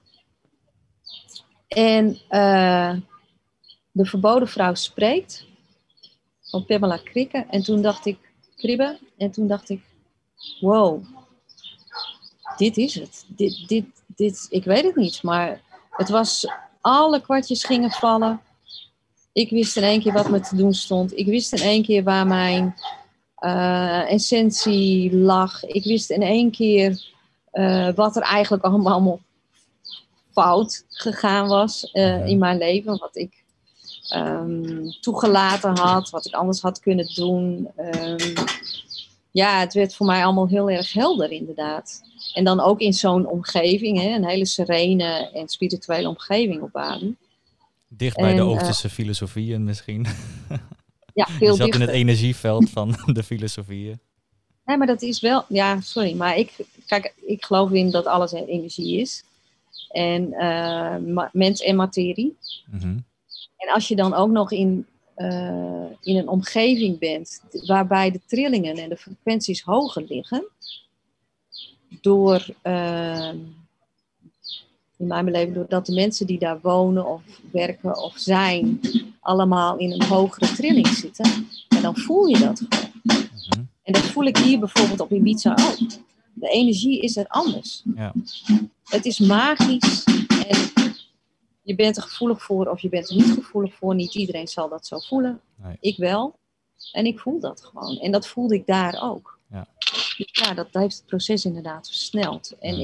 En De Verboden Vrouw Spreekt van Pamela Kribbe. En toen dacht ik, wow, dit is het. Dit, ik weet het niet, maar het was... Alle kwartjes gingen vallen. Ik wist in één keer wat me te doen stond. Ik wist in één keer waar mijn essentie lag. Ik wist in één keer wat er eigenlijk allemaal fout gegaan was in mijn leven. Wat ik toegelaten had. Wat ik anders had kunnen doen. Ja, het werd voor mij allemaal heel erg helder inderdaad. En dan ook in zo'n omgeving, hè, een hele serene en spirituele omgeving op Bali. Dicht bij de Oosterse filosofieën misschien. Ja, veel je zat dichter. in het energieveld van de filosofieën. Nee, maar dat is wel... Ja, sorry, maar ik geloof in dat alles energie is. En mens en materie. Mm-hmm. En als je dan ook nog in een omgeving bent waarbij de trillingen en de frequenties hoger liggen, door, in mijn beleving, doordat de mensen die daar wonen of werken of zijn, allemaal in een hogere trilling zitten, en dan voel je dat gewoon. Mm-hmm. En dat voel ik hier bijvoorbeeld op Ibiza ook. De energie is er anders. Ja. Het is magisch en je bent er gevoelig voor of je bent er niet gevoelig voor. Niet iedereen zal dat zo voelen. Nee. Ik wel. En ik voel dat gewoon. En dat voelde ik daar ook. Ja. Dus ja, dat heeft het proces inderdaad versneld. En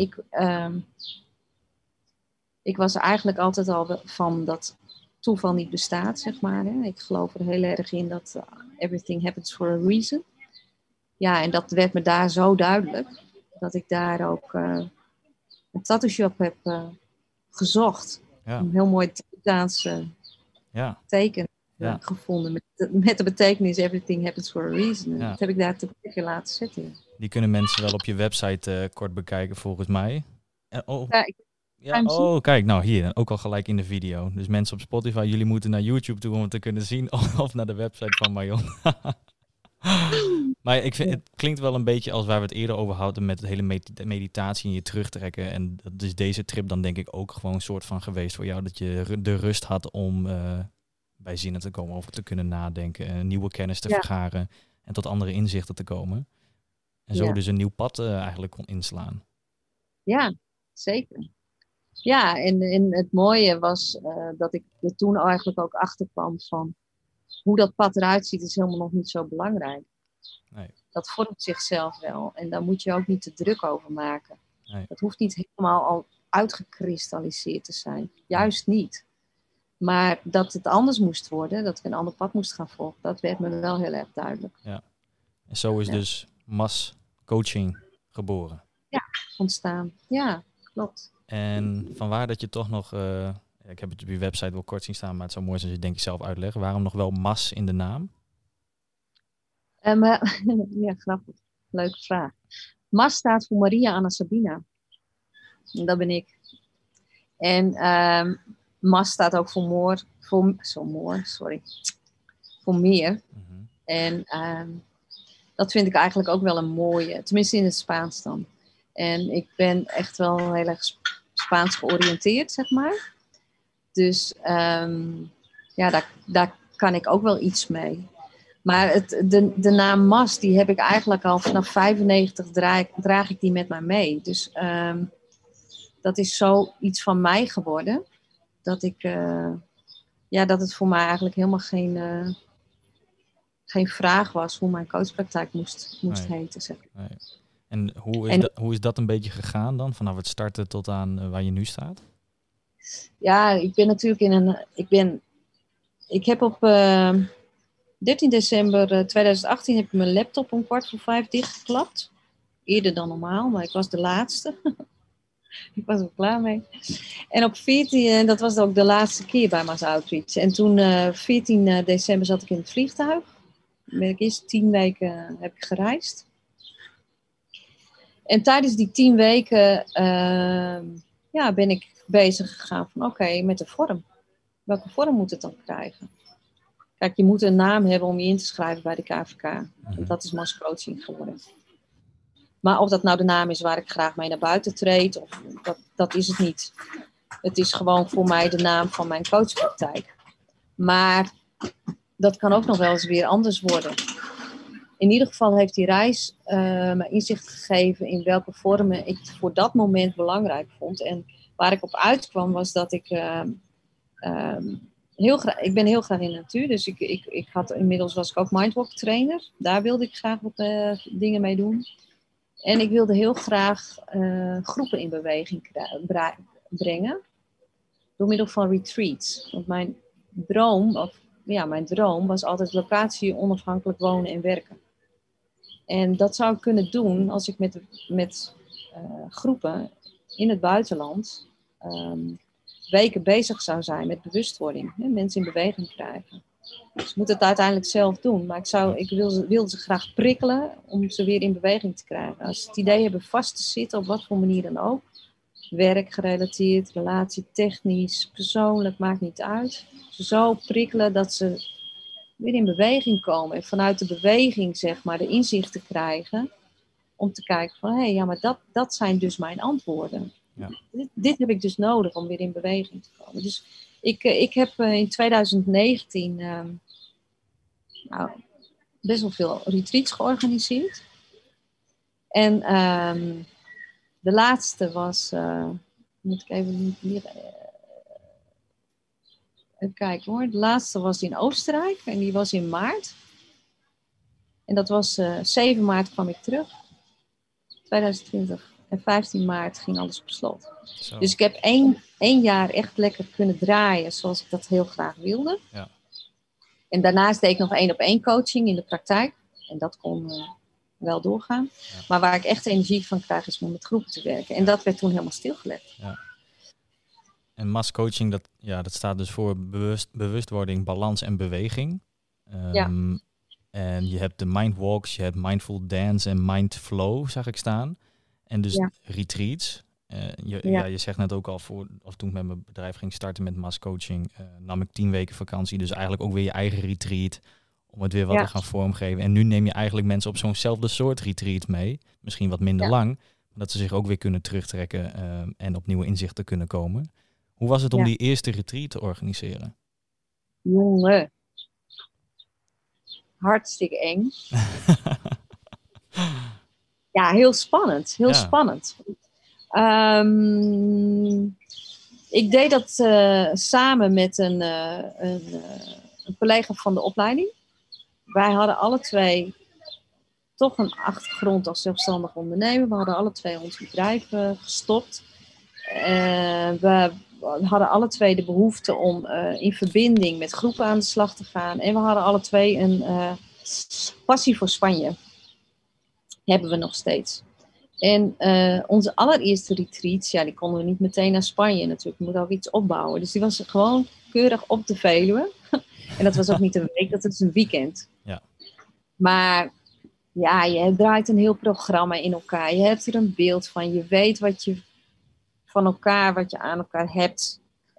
ik was er eigenlijk altijd al van dat toeval niet bestaat, zeg maar. Hè. Ik geloof er heel erg in dat everything happens for a reason. Ja, en dat werd me daar zo duidelijk. Dat ik daar ook een tattoo shop heb gezocht. Ja. Een heel mooi Tibetaanse teken gevonden. Met de betekenis everything happens for a reason. Ja. Dat heb ik daar te plekke laten zetten. Die kunnen mensen wel op je website kort bekijken volgens mij. Kijk, nou hier, ook al gelijk in de video. Dus mensen op Spotify, jullie moeten naar YouTube toe om het te kunnen zien. Of naar de website van Marion. Maar ik vind, het klinkt wel een beetje als waar we het eerder over hadden met het hele meditatie en je terugtrekken. En dat is deze trip dan denk ik ook gewoon een soort van geweest voor jou. Dat je de rust had om bij zinnen te komen, over te kunnen nadenken. Nieuwe kennis te vergaren en tot andere inzichten te komen. En zo dus een nieuw pad eigenlijk kon inslaan. Ja, zeker. Ja, en het mooie was dat ik er toen eigenlijk ook achter kwam van hoe dat pad eruit ziet is helemaal nog niet zo belangrijk. Nee. Dat vormt zichzelf wel. En daar moet je ook niet te druk over maken. Nee. Dat hoeft niet helemaal al uitgekristalliseerd te zijn. Juist niet. Maar dat het anders moest worden, dat ik een ander pad moest gaan volgen, dat werd me wel heel erg duidelijk. Ja. En zo is dus Mas Coaching geboren. Ja, ontstaan. Ja, klopt. En vanwaar dat je toch nog... ik heb het op je website wel kort zien staan, maar het zou mooi zijn als je het denk ik zelf uitlegt. Waarom nog wel Mas in de naam? Ja, grappig. Leuke vraag. Mas staat voor Maria Anna Sabina. En dat ben ik. En Mas staat ook voor meer. Mm-hmm. En dat vind ik eigenlijk ook wel een mooie, tenminste in het Spaans dan. En ik ben echt wel heel erg Spaans georiënteerd, zeg maar. Dus daar kan ik ook wel iets mee. Maar de naam Mas, die heb ik eigenlijk al vanaf 95 draag ik die met mij mee. Dus dat is zoiets van mij geworden. Dat ik ja, dat het voor mij eigenlijk helemaal geen vraag was hoe mijn coachpraktijk moest Nee, heten. Zeg. nee. En En hoe is dat een beetje gegaan dan? Vanaf het starten tot aan waar je nu staat? ja, ik ben natuurlijk ik heb op 13 december 2018 heb ik mijn laptop om 4:15 dichtgeklapt. Eerder dan normaal, maar ik was de laatste. Ik was er klaar mee. En op 14, dat was ook de laatste keer bij Mass Outreach. En toen 14 december zat ik in het vliegtuig. Ben ik eerst 10 weken heb ik gereisd. En tijdens die 10 weken ja, ben ik bezig gegaan van oké, met de vorm. Welke vorm moet het dan krijgen? Kijk, je moet een naam hebben om je in te schrijven bij de KVK. Mhm. Dat is Mass Coaching geworden. Maar of dat nou de naam is waar ik graag mee naar buiten treed, of dat is het niet. Het is gewoon voor mij de naam van mijn coachpraktijk. Maar dat kan ook nog wel eens weer anders worden. In ieder geval heeft die reis me inzicht gegeven in welke vormen ik voor dat moment belangrijk vond. En waar ik op uitkwam was dat ik ik ben heel graag in de natuur. Dus inmiddels was ik ook mindwalk trainer. Daar wilde ik graag wat dingen mee doen. En ik wilde heel graag groepen in beweging brengen. Door middel van retreats. Want mijn droom was altijd locatie onafhankelijk wonen en werken. En dat zou ik kunnen doen als ik met groepen in het buitenland weken bezig zou zijn met bewustwording. Hè, mensen in beweging krijgen. Ze moeten het uiteindelijk zelf doen. Maar ik wilde ze graag prikkelen om ze weer in beweging te krijgen. Als ze het idee hebben vast te zitten, op wat voor manier dan ook. Werkgerelateerd, relatietechnisch, persoonlijk, maakt niet uit. Ze zo prikkelen dat ze weer in beweging komen. En vanuit de beweging, zeg maar, de inzichten krijgen. Om te kijken van, ja, maar dat zijn dus mijn antwoorden. Ja. Dit heb ik dus nodig om weer in beweging te komen. Dus ik heb in 2019 best wel veel retreats georganiseerd. En de laatste was, moet ik even kijken hoor. De laatste was in Oostenrijk en die was in maart. En dat was 7 maart kwam ik terug, 2020. En 15 maart ging alles op slot. Zo. Dus ik heb 1 jaar echt lekker kunnen draaien zoals ik dat heel graag wilde. Ja. En daarnaast deed ik nog 1-op-1 coaching in de praktijk. En dat kon wel doorgaan. Ja. Maar waar ik echt energie van krijg is om met groepen te werken. En dat werd toen helemaal stilgelegd. Ja. En Mass Coaching, dat staat dus voor bewustwording, balans en beweging. En je hebt de mind walks, je hebt mindful dance en mind flow, zag ik staan. En dus retreats. Je zegt net ook al, toen ik met mijn bedrijf ging starten met Mass Coaching, nam ik 10 weken vakantie. Dus eigenlijk ook weer je eigen retreat, om het weer wat te gaan vormgeven. En nu neem je eigenlijk mensen op zo'nzelfde soort retreat mee. Misschien wat minder lang, maar dat ze zich ook weer kunnen terugtrekken en op nieuwe inzichten kunnen komen. Hoe was het om die eerste retreat te organiseren? Jongen. Hartstikke eng. Ja, heel spannend. Heel spannend. Ik deed dat samen met een collega van de opleiding. Wij hadden alle twee toch een achtergrond als zelfstandig ondernemer. We hadden alle twee ons bedrijf gestopt. We hadden alle twee de behoefte om in verbinding met groepen aan de slag te gaan. En we hadden alle twee een passie voor Spanje. Hebben we nog steeds. En onze allereerste retreats, die konden we niet meteen naar Spanje natuurlijk. We moeten ook iets opbouwen. Dus die was gewoon keurig op de Veluwe. En dat was ook niet een week, dat is een weekend. Ja. Maar ja, je draait een heel programma in elkaar. Je hebt er een beeld van. Je weet wat je van elkaar, wat je aan elkaar hebt.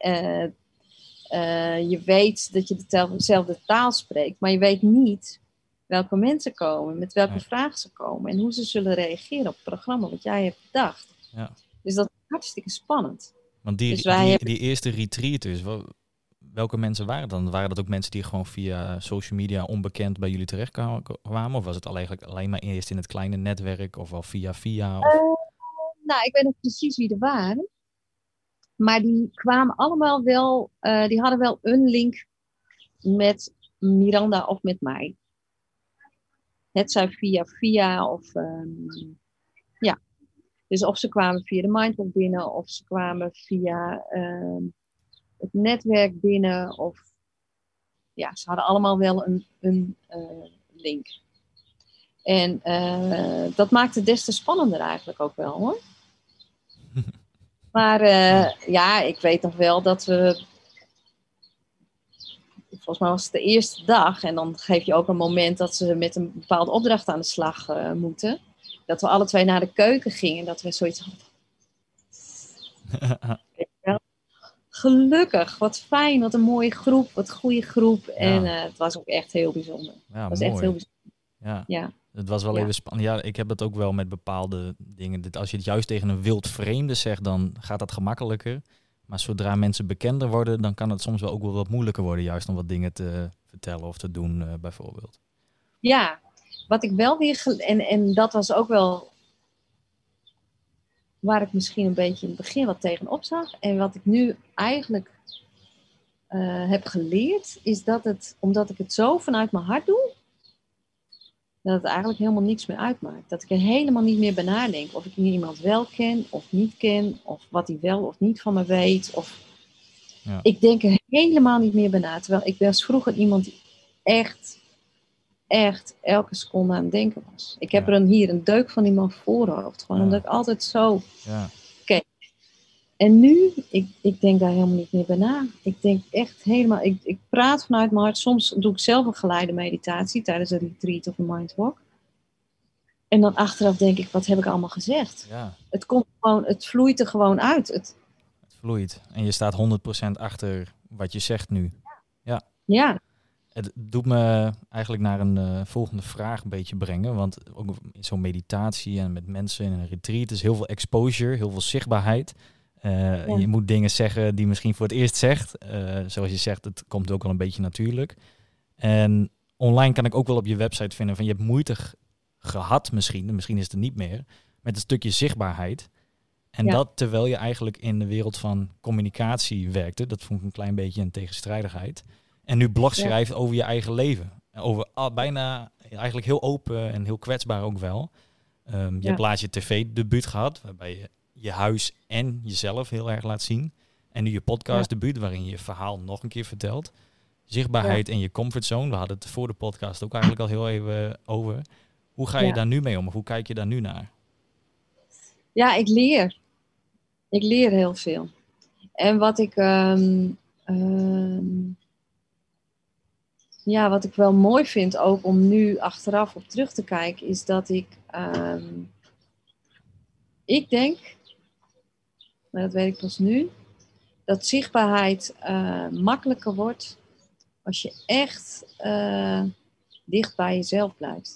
Je weet dat je dezelfde taal spreekt. Maar je weet niet welke mensen komen, met welke vragen ze komen. En hoe ze zullen reageren op het programma wat jij hebt bedacht. Ja. Dus dat is hartstikke spannend. Want die eerste retreat dus, welke mensen waren dan? Waren dat ook mensen die gewoon via social media onbekend bij jullie terecht kwamen? Of was het eigenlijk alleen maar eerst in het kleine netwerk? Of wel via? Of? Nou, ik weet nog precies wie er waren. Maar die kwamen allemaal wel, die hadden wel een link met Miranda of met mij. Het zij via of ja. Dus of ze kwamen via de Mindwalk binnen, of ze kwamen via het netwerk binnen, of ja, ze hadden allemaal wel een link. En dat maakt het des te spannender eigenlijk ook wel, hoor. Maar ja, ik weet nog wel dat we... Volgens mij was het de eerste dag. En dan geef je ook een moment dat ze met een bepaalde opdracht aan de slag moeten. Dat we alle twee naar de keuken gingen. En dat we zoiets hadden. Gelukkig, wat fijn, wat een mooie groep, wat een goede groep. Ja. En het was ook echt heel bijzonder. Ja, het was mooi. echt heel bijzonder. Ja. Ja. Het was wel even spannend. Ja, ik heb dat ook wel met bepaalde dingen. Als je het juist tegen een wild vreemde zegt, dan gaat dat gemakkelijker. Maar zodra mensen bekender worden, dan kan het soms wel ook wel wat moeilijker worden. Juist om wat dingen te vertellen of te doen, bijvoorbeeld. Ja, wat ik wel weer... En dat was ook wel waar ik misschien een beetje in het begin wat tegenop zag. En wat ik nu eigenlijk heb geleerd, is dat het, omdat ik het zo vanuit mijn hart doe, dat het eigenlijk helemaal niks meer uitmaakt. Dat ik er helemaal niet meer bij nadenk. Of ik iemand wel ken of niet ken. Of wat hij wel of niet van me weet. Of... Ja. Ik denk er helemaal niet meer bij na. Terwijl ik was vroeger iemand die echt elke seconde aan het denken was. Ik heb er hier een deuk van in mijn voorhoofd. Gewoon omdat ik altijd zo keek. En nu, ik denk daar helemaal niet meer bij na. Ik denk echt helemaal... Ik praat vanuit mijn hart. Soms doe ik zelf een geleide meditatie tijdens een retreat of een mindwalk. En dan achteraf denk ik, wat heb ik allemaal gezegd? Ja. Het komt gewoon, het vloeit er gewoon uit. Het vloeit. En je staat 100% achter wat je zegt nu. Ja. Het doet me eigenlijk naar een volgende vraag een beetje brengen. Want ook in zo'n meditatie en met mensen in een retreat is heel veel exposure, heel veel zichtbaarheid. Je moet dingen zeggen die misschien voor het eerst zegt. Zoals je zegt, het komt ook wel een beetje natuurlijk. En online kan ik ook wel op je website vinden van je hebt moeite gehad misschien is het er niet meer, met een stukje zichtbaarheid. En dat terwijl je eigenlijk in de wereld van communicatie werkte. Dat vond ik een klein beetje een tegenstrijdigheid. En nu blog schrijft over je eigen leven. Over bijna eigenlijk heel open en heel kwetsbaar ook wel. Je hebt laatst je tv-debuut gehad, waarbij je je huis en jezelf heel erg laat zien. En nu je podcast-debuut, waarin je je verhaal nog een keer vertelt. Zichtbaarheid en je comfortzone. We hadden het voor de podcast ook eigenlijk al heel even over. Hoe ga je daar nu mee om? Of hoe kijk je daar nu naar? Ja, ik leer. Ik leer heel veel. En wat ik... wat ik wel mooi vind ook om nu achteraf op terug te kijken, is dat ik denk, maar dat weet ik pas nu, dat zichtbaarheid makkelijker wordt als je echt dicht bij jezelf blijft.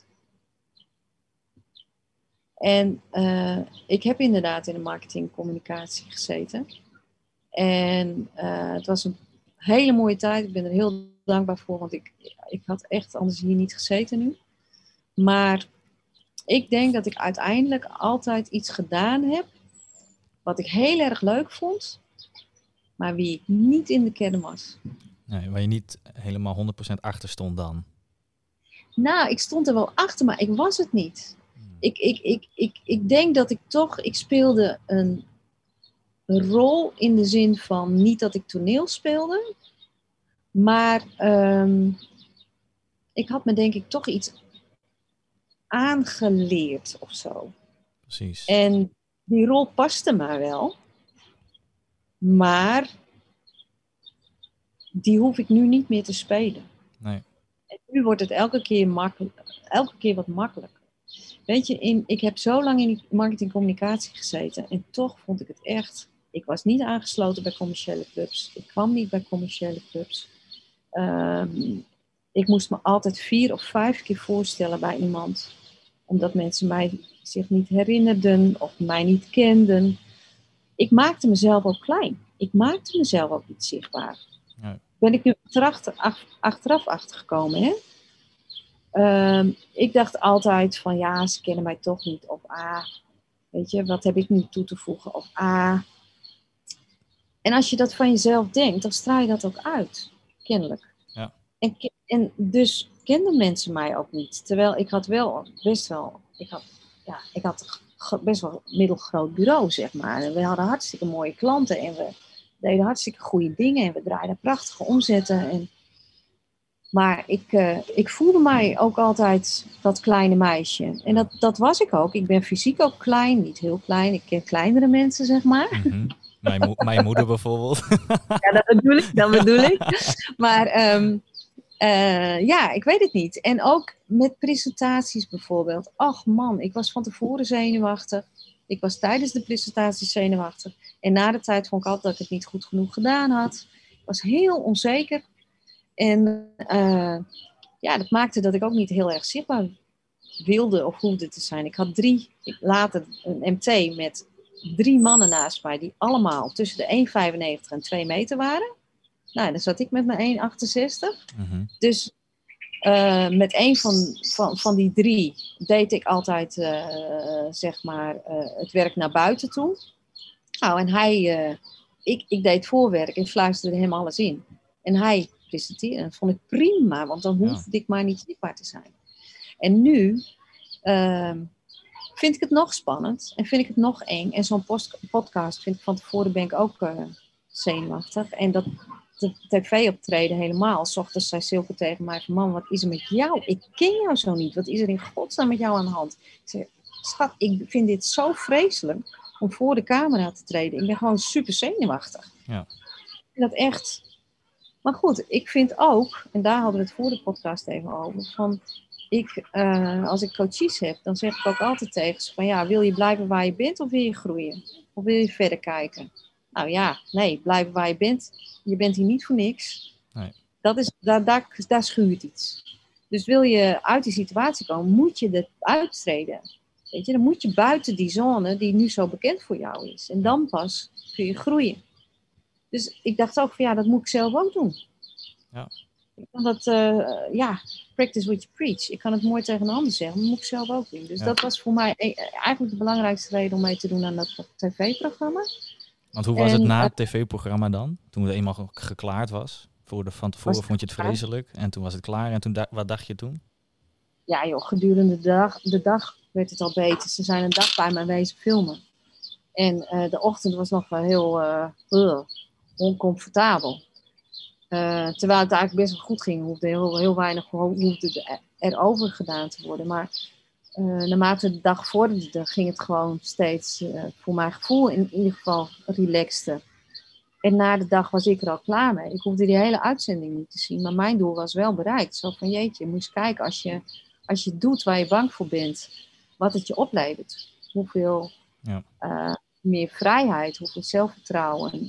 En ik heb inderdaad in de marketing en communicatie gezeten. En het was een hele mooie tijd. Ik ben er heel dankbaar voor, want ik had echt anders hier niet gezeten nu. Maar ik denk dat ik uiteindelijk altijd iets gedaan heb wat ik heel erg leuk vond, maar wie ik niet in de kern was. Nee, waar je niet helemaal 100% achter stond dan. Nou, ik stond er wel achter, maar ik was het niet. Ik denk dat ik speelde een rol in de zin van niet dat ik toneel speelde, maar ik had me denk ik toch iets aangeleerd of zo. Precies. En die rol paste me wel, maar die hoef ik nu niet meer te spelen. Nee. En nu wordt het elke keer wat makkelijker. Weet je, ik heb zo lang in die marketing en communicatie gezeten en toch vond ik het echt... Ik was niet aangesloten bij commerciële clubs. Ik kwam niet bij commerciële clubs. Ik moest me altijd 4 of 5 keer voorstellen bij iemand. Omdat mensen mij zich niet herinnerden of mij niet kenden. Ik maakte mezelf ook klein. Ik maakte mezelf ook niet zichtbaar. Ja. Ben ik nu achteraf achtergekomen, hè? Ik dacht altijd van ja, ze kennen mij toch niet. Of weet je, wat heb ik nu toe te voegen? Of En als je dat van jezelf denkt, dan straal je dat ook uit, kennelijk. Ja. En dus kenden mensen mij ook niet. Terwijl ik had wel best wel, ik had best wel een middelgroot bureau, zeg maar. En we hadden hartstikke mooie klanten en we deden hartstikke goede dingen en we draaiden prachtige omzetten. Maar ik voelde mij ook altijd dat kleine meisje. En dat was ik ook. Ik ben fysiek ook klein, niet heel klein. Ik ken kleinere mensen, zeg maar. Mm-hmm. Mijn moeder bijvoorbeeld. Ja, dat bedoel ik. Maar ik weet het niet. En ook met presentaties bijvoorbeeld. Ach man, ik was van tevoren zenuwachtig. Ik was tijdens de presentatie zenuwachtig. En na de tijd vond ik altijd dat ik het niet goed genoeg gedaan had. Ik was heel onzeker. En dat maakte dat ik ook niet heel erg zichtbaar wilde of hoefde te zijn. Ik had later een MT met 3 mannen naast mij die allemaal tussen de 1,95 en 2 meter waren. Nou, dan zat ik met mijn 1,68. Mm-hmm. Dus met een van die 3 deed ik altijd het werk naar buiten toe. Nou, en ik deed voorwerk en fluisterde hem alles in. En hij presenteerde. En dat vond ik prima, want dan hoefde ik maar niet zichtbaar te zijn. En nu vind ik het nog spannend en vind ik het nog eng. En zo'n podcast vind ik van tevoren ben ik ook zenuwachtig. En dat de tv-optreden helemaal. 's Ochtends zei Silke tegen mij van, man, wat is er met jou? Ik ken jou zo niet. Wat is er in godsnaam met jou aan de hand? Ik zei, schat, ik vind dit zo vreselijk om voor de camera te treden. Ik ben gewoon super zenuwachtig. Ja. En dat echt. Maar goed, ik vind ook, en daar hadden we het voor de podcast even over, van als ik coaches heb, dan zeg ik ook altijd tegen ze van, ja, wil je blijven waar je bent of wil je groeien? Of wil je verder kijken? Nou ja, nee, blijven waar je bent. Je bent hier niet voor niks. Nee. Daar schuurt iets. Dus wil je uit die situatie komen, moet je er uittreden. Weet je, dan moet je buiten die zone die nu zo bekend voor jou is. En dan pas kun je groeien. Dus ik dacht ook van, ja, dat moet ik zelf ook doen. Ja. Ik kan dat, practice what you preach. Ik kan het mooi tegen een ander zeggen, maar dat moet ik zelf ook doen. Dus dat was voor mij eigenlijk de belangrijkste reden om mee te doen aan dat tv-programma. Want hoe was het na het tv-programma dan? Toen het eenmaal geklaard was? Van tevoren vond je het vreselijk en toen was het klaar. En toen wat dacht je toen? Ja joh, gedurende de dag werd het al beter. Ze zijn een dag bij mij wezen filmen. En de ochtend was nog wel heel oncomfortabel. Terwijl het eigenlijk best wel goed ging. Hoefde heel weinig erover gedaan te worden. Maar naarmate de dag vorderde, ging het gewoon steeds, voor mijn gevoel in ieder geval, relaxter. En na de dag was ik er al klaar mee. Ik hoefde die hele uitzending niet te zien. Maar mijn doel was wel bereikt. Zo van, jeetje, je moet eens kijken als je doet waar je bang voor bent, wat het je oplevert. Hoeveel meer vrijheid, hoeveel zelfvertrouwen.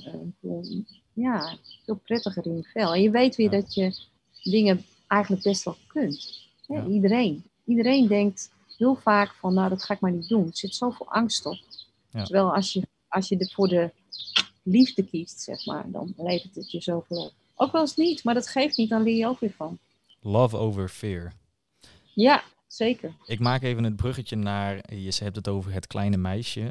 Veel prettiger in je vel. En je weet weer dat je dingen eigenlijk best wel kunt. Ja. Iedereen denkt heel vaak van, nou, dat ga ik maar niet doen. Er zit zoveel angst op. Ja. Terwijl als je er voor de liefde kiest, zeg maar, dan levert het je zoveel op. Ook wel eens niet, maar dat geeft niet, dan leer je ook weer van. Love over fear. Ja, zeker. Ik maak even het bruggetje naar, je hebt het over het kleine meisje.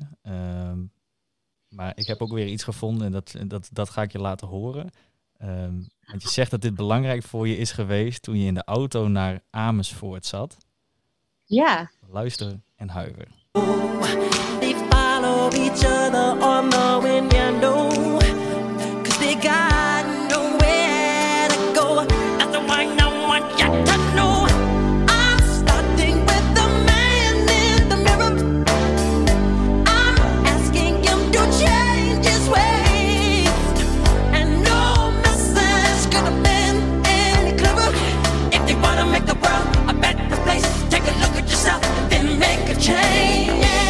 Maar ik heb ook weer iets gevonden en dat ga ik je laten horen. Want je zegt dat dit belangrijk voor je is geweest toen je in de auto naar Amersfoort zat. Ja. Luister en huiver. They follow each other on the window, 'cause they got nowhere to go. That's the one I want you to know. I'm starting with the man in the mirror. I'm asking him to change his ways, and no message could have been any clearer. If they wanna make the world a better place, take a look at yourself, then make a change.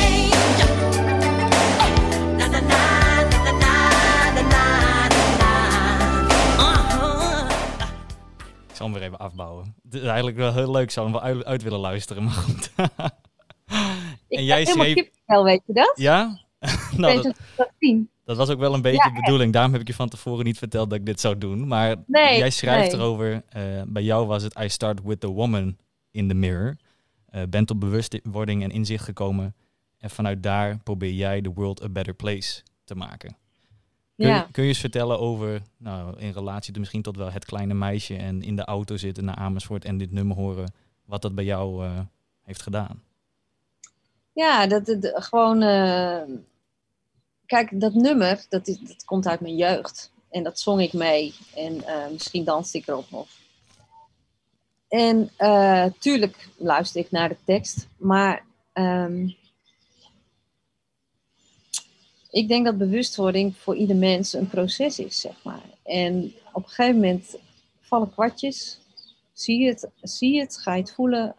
Ik zal hem weer even afbouwen. Het is eigenlijk wel heel leuk, ik zou hem wel uit willen luisteren, maar goed. En jij schreef... Wel, weet je dat? Ja? Nou, dat was ook wel een beetje de bedoeling. Daarom heb ik je van tevoren niet verteld dat ik dit zou doen. Maar jij schrijft erover, bij jou was het I start with the woman in the mirror. Bent op bewustwording en inzicht gekomen. En vanuit daar probeer jij the world a better place te maken. Kun je eens vertellen over, nou, in relatie misschien tot wel het kleine meisje en in de auto zitten naar Amersfoort en dit nummer horen, wat dat bij jou heeft gedaan? Ja, gewoon... kijk, dat nummer, dat komt uit mijn jeugd. En dat zong ik mee. En misschien danste ik erop nog. En tuurlijk luister ik naar de tekst. Maar ik denk dat bewustwording voor ieder mens een proces is, zeg maar. En op een gegeven moment vallen kwartjes. Zie je het, ga je het voelen.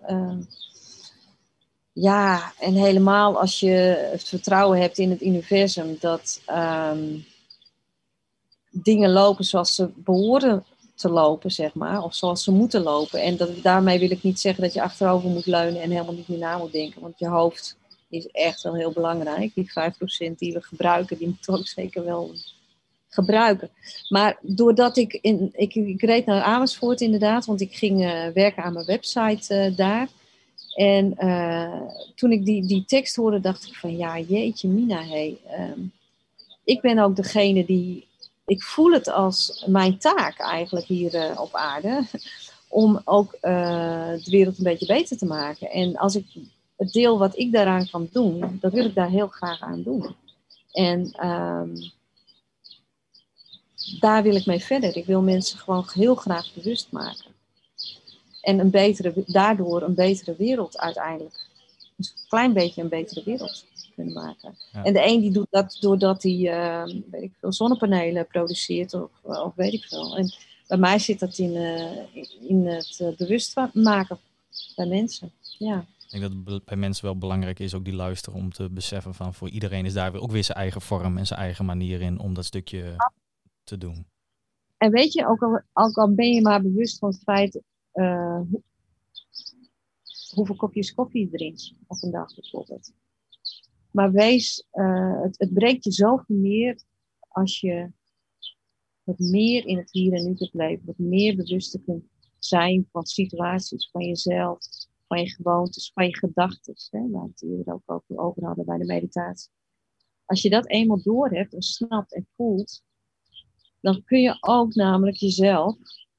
Ja, en helemaal als je het vertrouwen hebt in het universum dat dingen lopen zoals ze behoren te lopen, zeg maar. Of zoals ze moeten lopen. En daarmee wil ik niet zeggen dat je achterover moet leunen en helemaal niet meer na moet denken. Want je hoofd is echt wel heel belangrijk. Die 5% die we gebruiken, die moeten we ook zeker wel gebruiken. Maar doordat ik reed naar Amersfoort inderdaad, want ik ging werken aan mijn website daar. En toen ik die tekst hoorde, dacht ik van ja, jeetje mina, ik ben ook degene die... Ik voel het als mijn taak eigenlijk hier op aarde, om ook de wereld een beetje beter te maken. En als ik het deel wat ik daaraan kan doen, dat wil ik daar heel graag aan doen. En daar wil ik mee verder. Ik wil mensen gewoon heel graag bewust maken. En daardoor een betere wereld uiteindelijk. Dus een klein beetje een betere wereld kunnen maken. Ja. En de een die doet dat doordat hij weet ik veel, zonnepanelen produceert of weet ik veel. En bij mij zit dat in het bewust maken bij mensen. Ja. Ik denk dat het bij mensen wel belangrijk is, ook die luisteren, om te beseffen van voor iedereen is daar ook weer zijn eigen vorm en zijn eigen manier in om dat stukje te doen. En weet je, ook al ben je maar bewust van het feit hoeveel kopjes koffie je drinkt op een dag bijvoorbeeld. Maar het breekt je zoveel meer als je wat meer in het hier en nu kunt leven. Wat meer bewuster kunt zijn van situaties, van jezelf, van je gewoontes, van je gedachten. Waar we het hier ook over hadden bij de meditatie. Als je dat eenmaal doorhebt en snapt en voelt, dan kun je ook namelijk jezelf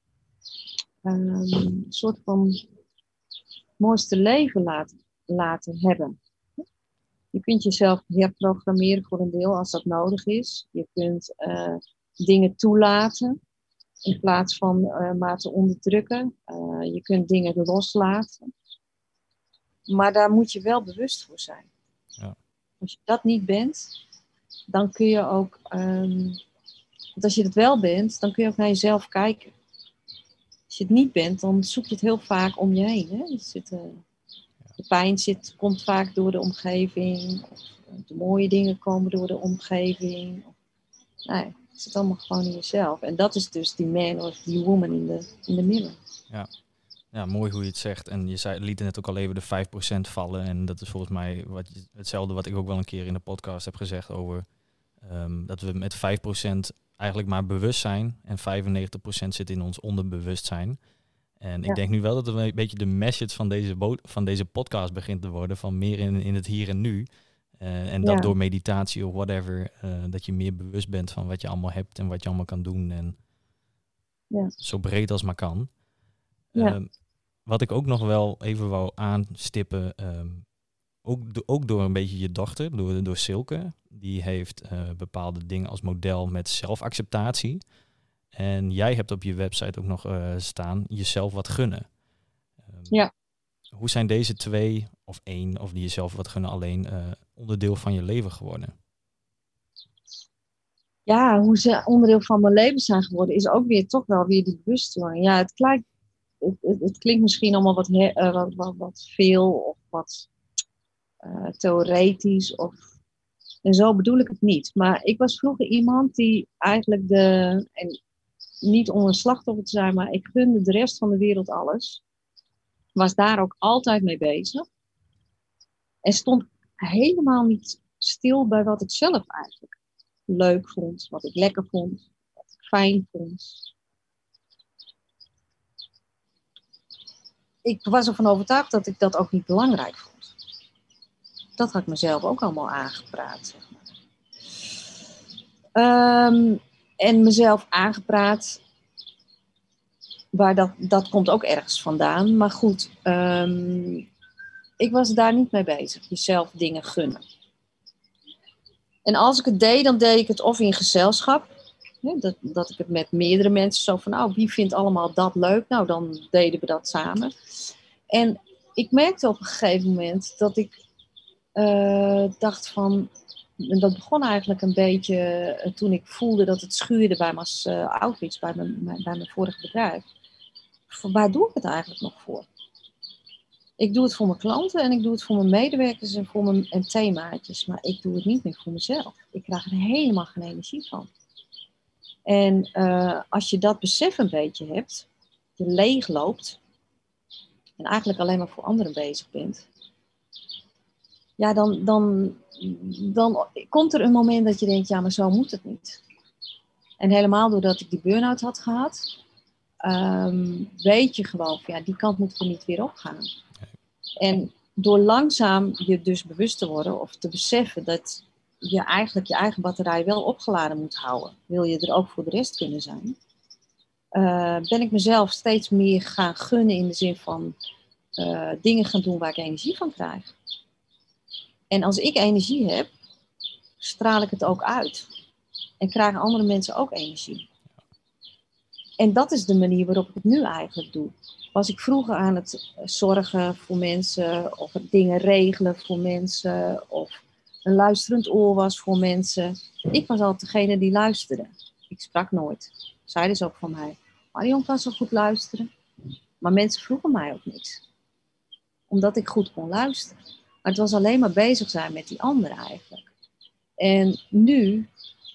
een soort van mooiste leven laten hebben. Je kunt jezelf herprogrammeren voor een deel als dat nodig is. Je kunt dingen toelaten in plaats van maar te onderdrukken. Je kunt dingen loslaten. Maar daar moet je wel bewust voor zijn. Ja. Als je dat niet bent, dan kun je ook... want als je het wel bent, dan kun je ook naar jezelf kijken. Als je het niet bent, dan zoek je het heel vaak om je heen. Hè? De pijn komt vaak door de omgeving. Of de mooie dingen komen door de omgeving. Nee, het zit allemaal gewoon in jezelf. En dat is dus die man of die woman in de mirror. Ja, mooi hoe je het zegt. En je liet net ook al even de 5% vallen. En dat is volgens mij hetzelfde wat ik ook wel een keer in de podcast heb gezegd over... dat we met 5% eigenlijk maar bewust zijn. En 95% zit in ons onderbewustzijn. En ik denk nu wel dat het een beetje de message van deze podcast begint te worden. Van meer in het hier en nu. En dat door meditatie of whatever. Dat je meer bewust bent van wat je allemaal hebt en wat je allemaal kan doen. En zo breed als maar kan. Ja. Wat ik ook nog wel even wou aanstippen. Ook door een beetje je dochter, door Silke. Die heeft bepaalde dingen als model met zelfacceptatie. En jij hebt op je website ook nog staan, jezelf wat gunnen. Hoe zijn deze twee, of één, of die jezelf wat gunnen alleen, onderdeel van je leven geworden? Ja, hoe ze onderdeel van mijn leven zijn geworden, is ook weer toch wel weer die bewustwording. Ja, het klinkt misschien allemaal wat veel of wat theoretisch. En zo bedoel ik het niet. Maar ik was vroeger iemand die eigenlijk en niet om een slachtoffer te zijn, maar ik gunde de rest van de wereld alles. Was daar ook altijd mee bezig. En stond helemaal niet stil bij wat ik zelf eigenlijk leuk vond. Wat ik lekker vond. Wat ik fijn vond. Ik was ervan overtuigd dat ik dat ook niet belangrijk vond. Dat had ik mezelf ook allemaal aangepraat, zeg maar. En mezelf aangepraat. Maar dat komt ook ergens vandaan. Maar goed, ik was daar niet mee bezig. Jezelf dingen gunnen. En als ik het deed, dan deed ik het of in gezelschap. Dat ik het met meerdere mensen zo van, wie vindt allemaal dat leuk? Nou, dan deden we dat samen. En ik merkte op een gegeven moment dat ik dacht van... En dat begon eigenlijk een beetje toen ik voelde dat het schuurde bij Mas Outreach, bij mijn vorige bedrijf. Waar doe ik het eigenlijk nog voor? Ik doe het voor mijn klanten en ik doe het voor mijn medewerkers en voor mijn MT-maatjes. Maar ik doe het niet meer voor mezelf. Ik krijg er helemaal geen energie van. En als je dat besef een beetje hebt, je leeg loopt en eigenlijk alleen maar voor anderen bezig bent. Ja, dan komt er een moment dat je denkt, ja, maar zo moet het niet. En helemaal doordat ik die burn-out had gehad, weet je gewoon, ja, die kant moet er niet weer op gaan. En door langzaam je dus bewust te worden of te beseffen dat je eigenlijk je eigen batterij wel opgeladen moet houden, wil je er ook voor de rest kunnen zijn, ben ik mezelf steeds meer gaan gunnen in de zin van dingen gaan doen waar ik energie van krijg. En als ik energie heb, straal ik het ook uit. En krijgen andere mensen ook energie. En dat is de manier waarop ik het nu eigenlijk doe. Was ik vroeger aan het zorgen voor mensen, of het dingen regelen voor mensen, of een luisterend oor was voor mensen. Ik was altijd degene die luisterde. Ik sprak nooit. Zeiden ze ook van mij. Marion kan zo goed luisteren. Maar mensen vroegen mij ook niks. Omdat ik goed kon luisteren. Maar het was alleen maar bezig zijn met die anderen eigenlijk. En nu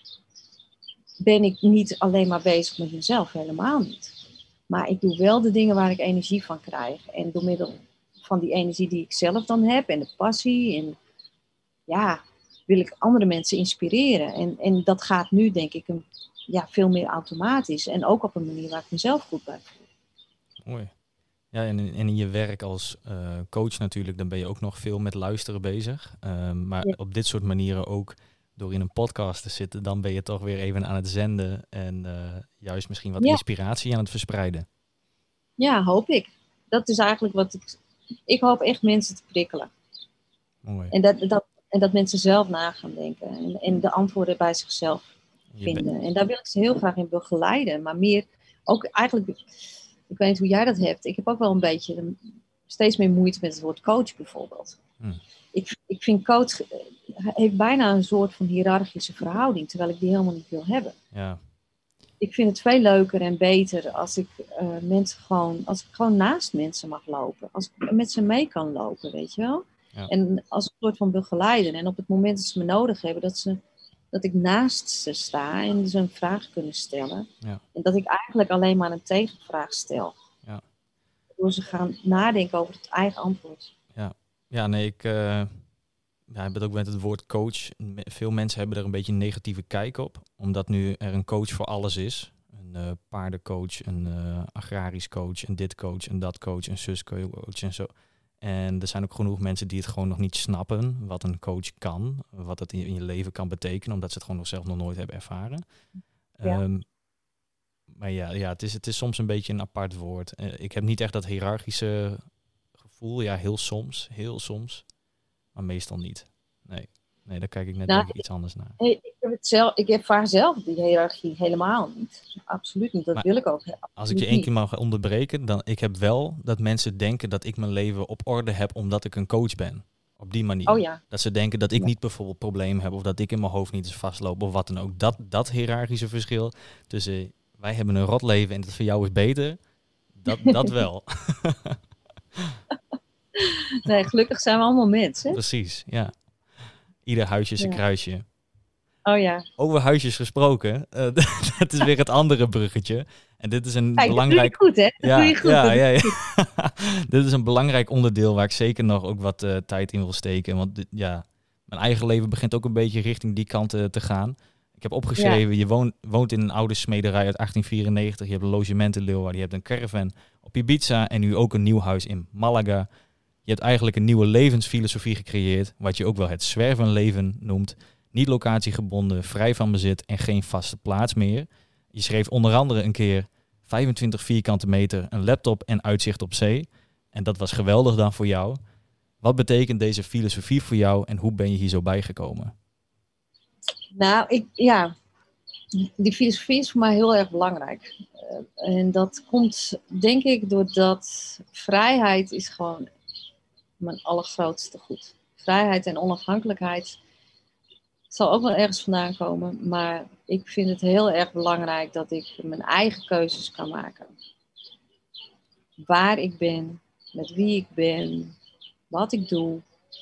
ben ik niet alleen maar bezig met mezelf, helemaal niet. Maar ik doe wel de dingen waar ik energie van krijg. En door middel van die energie die ik zelf dan heb en de passie. En ja, wil ik andere mensen inspireren. En dat gaat nu denk ik veel meer automatisch. En ook op een manier waar ik mezelf goed bij voel. Mooi. Ja, en in je werk als coach natuurlijk, dan ben je ook nog veel met luisteren bezig. Maar op dit soort manieren ook door in een podcast te zitten, dan ben je toch weer even aan het zenden en juist misschien wat inspiratie aan het verspreiden. Ja, hoop ik. Dat is eigenlijk wat ik hoop echt mensen te prikkelen. Mooi. En dat mensen zelf na gaan denken en de antwoorden bij zichzelf vinden. En daar wil ik ze heel graag in begeleiden, maar meer ook eigenlijk... Ik weet niet hoe jij dat hebt. Ik heb ook wel een beetje steeds meer moeite met het woord coach bijvoorbeeld. Ik vind coach heeft bijna een soort van hiërarchische verhouding, terwijl ik die helemaal niet wil hebben. Ja. Ik vind het veel leuker en beter als ik gewoon naast mensen mag lopen. Als ik met ze mee kan lopen, weet je wel. Ja. En als een soort van begeleider. En op het moment dat ze me nodig hebben, dat ik naast ze sta en ze een vraag kunnen stellen. Ja. En dat ik eigenlijk alleen maar een tegenvraag stel. Ja. Door ze gaan nadenken over het eigen antwoord. Ja, nee, ik heb het ook met het woord coach. Veel mensen hebben er een beetje een negatieve kijk op. Omdat nu er een coach voor alles is. Een paardencoach, een agrarisch coach, een dit coach, een dat coach, een zuscoach en zo. En er zijn ook genoeg mensen die het gewoon nog niet snappen wat een coach kan. Wat het in je leven kan betekenen, omdat ze het gewoon zelf nog nooit hebben ervaren. Ja. Maar het is soms een beetje een apart woord. Ik heb niet echt dat hiërarchische gevoel. Ja, heel soms. Maar meestal niet. Nee, daar kijk ik net iets anders naar. Ik ervaar zelf die hiërarchie helemaal niet. Absoluut niet, dat wil ik ook. Als ik je één keer mag onderbreken, dan ik heb wel dat mensen denken dat ik mijn leven op orde heb omdat ik een coach ben. Op die manier. Oh, ja. Dat ze denken dat ik niet bijvoorbeeld problemen heb of dat ik in mijn hoofd niet eens vastloop of wat dan ook. Dat hiërarchische verschil tussen wij hebben een rot leven en dat voor jou is beter, dat wel. Nee, gelukkig zijn we allemaal mensen. Precies, ja. Ieder huisje is een kruisje. Oh ja. Over huisjes gesproken, dat is weer het andere bruggetje. En dit is een belangrijk... Dat doe je goed, hè? Dat doe je goed. Ja. Dit is een belangrijk onderdeel waar ik zeker nog ook wat tijd in wil steken. Want mijn eigen leven begint ook een beetje richting die kant te gaan. Ik heb opgeschreven, je woont in een oude smederij uit 1894. Je hebt een logement in Leeuwarden, je hebt een caravan op Ibiza en nu ook een nieuw huis in Malaga. Je hebt eigenlijk een nieuwe levensfilosofie gecreëerd, wat je ook wel het zwervenleven noemt. Niet locatiegebonden, vrij van bezit en geen vaste plaats meer. Je schreef onder andere een keer 25 vierkante meter, een laptop en uitzicht op zee. En dat was geweldig dan voor jou. Wat betekent deze filosofie voor jou en hoe ben je hier zo bijgekomen? Nou, die filosofie is voor mij heel erg belangrijk. En dat komt, denk ik, doordat vrijheid is gewoon mijn allergrootste goed. Vrijheid en onafhankelijkheid zal ook wel ergens vandaan komen. Maar ik vind het heel erg belangrijk dat ik mijn eigen keuzes kan maken. Waar ik ben, met wie ik ben, wat ik doe.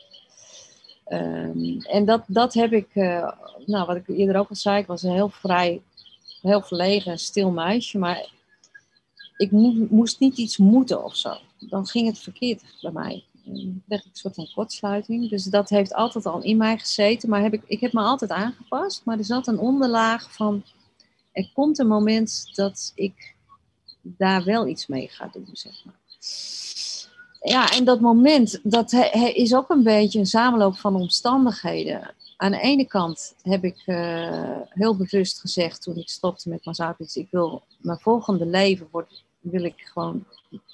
En dat heb ik, wat ik eerder ook al zei, ik was een heel vrij, heel verlegen en stil meisje, maar ik moest niet iets moeten of zo. Dan ging het verkeerd bij mij. Dan kreeg ik een soort van kortsluiting. Dus dat heeft altijd al in mij gezeten, maar ik heb me altijd aangepast. Maar er zat een onderlaag van, er komt een moment dat ik daar wel iets mee ga doen, zeg maar. Ja, en dat moment, dat is ook een beetje een samenloop van omstandigheden. Aan de ene kant heb ik heel bewust gezegd toen ik stopte met Mazatlis, ik wil mijn volgende leven wil ik gewoon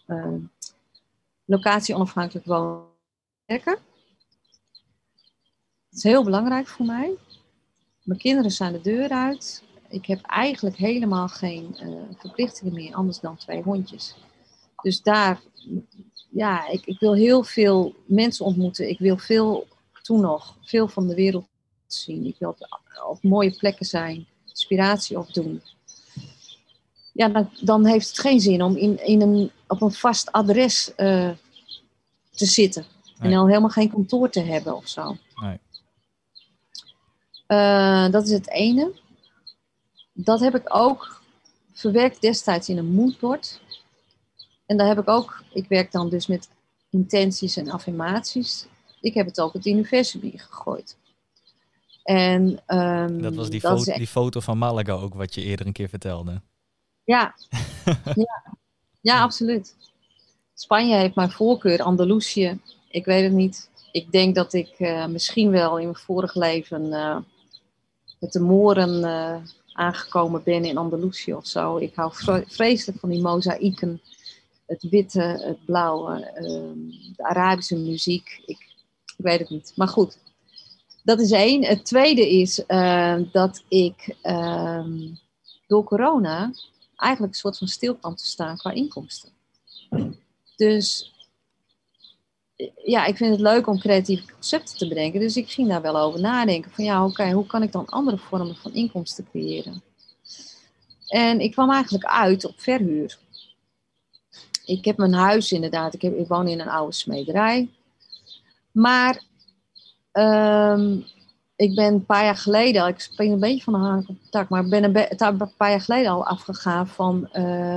locatie onafhankelijk wonen werken. Dat is heel belangrijk voor mij. Mijn kinderen zijn de deur uit. Ik heb eigenlijk helemaal geen verplichtingen meer, anders dan 2 hondjes. Dus daar, ja, ik wil heel veel mensen ontmoeten. Ik wil toen nog veel van de wereld zien. Ik wil op mooie plekken zijn, inspiratie opdoen. Ja, dan heeft het geen zin om op een vast adres te zitten. Nee. En dan helemaal geen kantoor te hebben of zo. Nee. Dat is het ene. Dat heb ik ook verwerkt destijds in een moodboard. En daar heb ik werk dan dus met intenties en affirmaties. Ik heb het ook het universum ingegooid. En dat was die foto van Malaga ook, wat je eerder een keer vertelde. Ja, ja, absoluut. Spanje heeft mijn voorkeur, Andalusië. Ik weet het niet. Ik denk dat ik misschien wel in mijn vorig leven met de Moren aangekomen ben in Andalusië of zo. Ik hou vreselijk van die mozaïeken. Het witte, het blauwe, de Arabische muziek. Ik weet het niet. Maar goed, dat is 1. Het tweede is dat ik door corona eigenlijk een soort van stil kwam te staan qua inkomsten. Dus ja, ik vind het leuk om creatieve concepten te bedenken. Dus ik ging daar wel over nadenken. Van ja, oké, hoe kan ik dan andere vormen van inkomsten creëren? En ik kwam eigenlijk uit op verhuur. Ik heb mijn huis inderdaad. Ik woon in een oude smederij. Maar ik ben een paar jaar geleden, ik spring een beetje van de haan op de tak, maar ik ben een paar jaar geleden al afgegaan van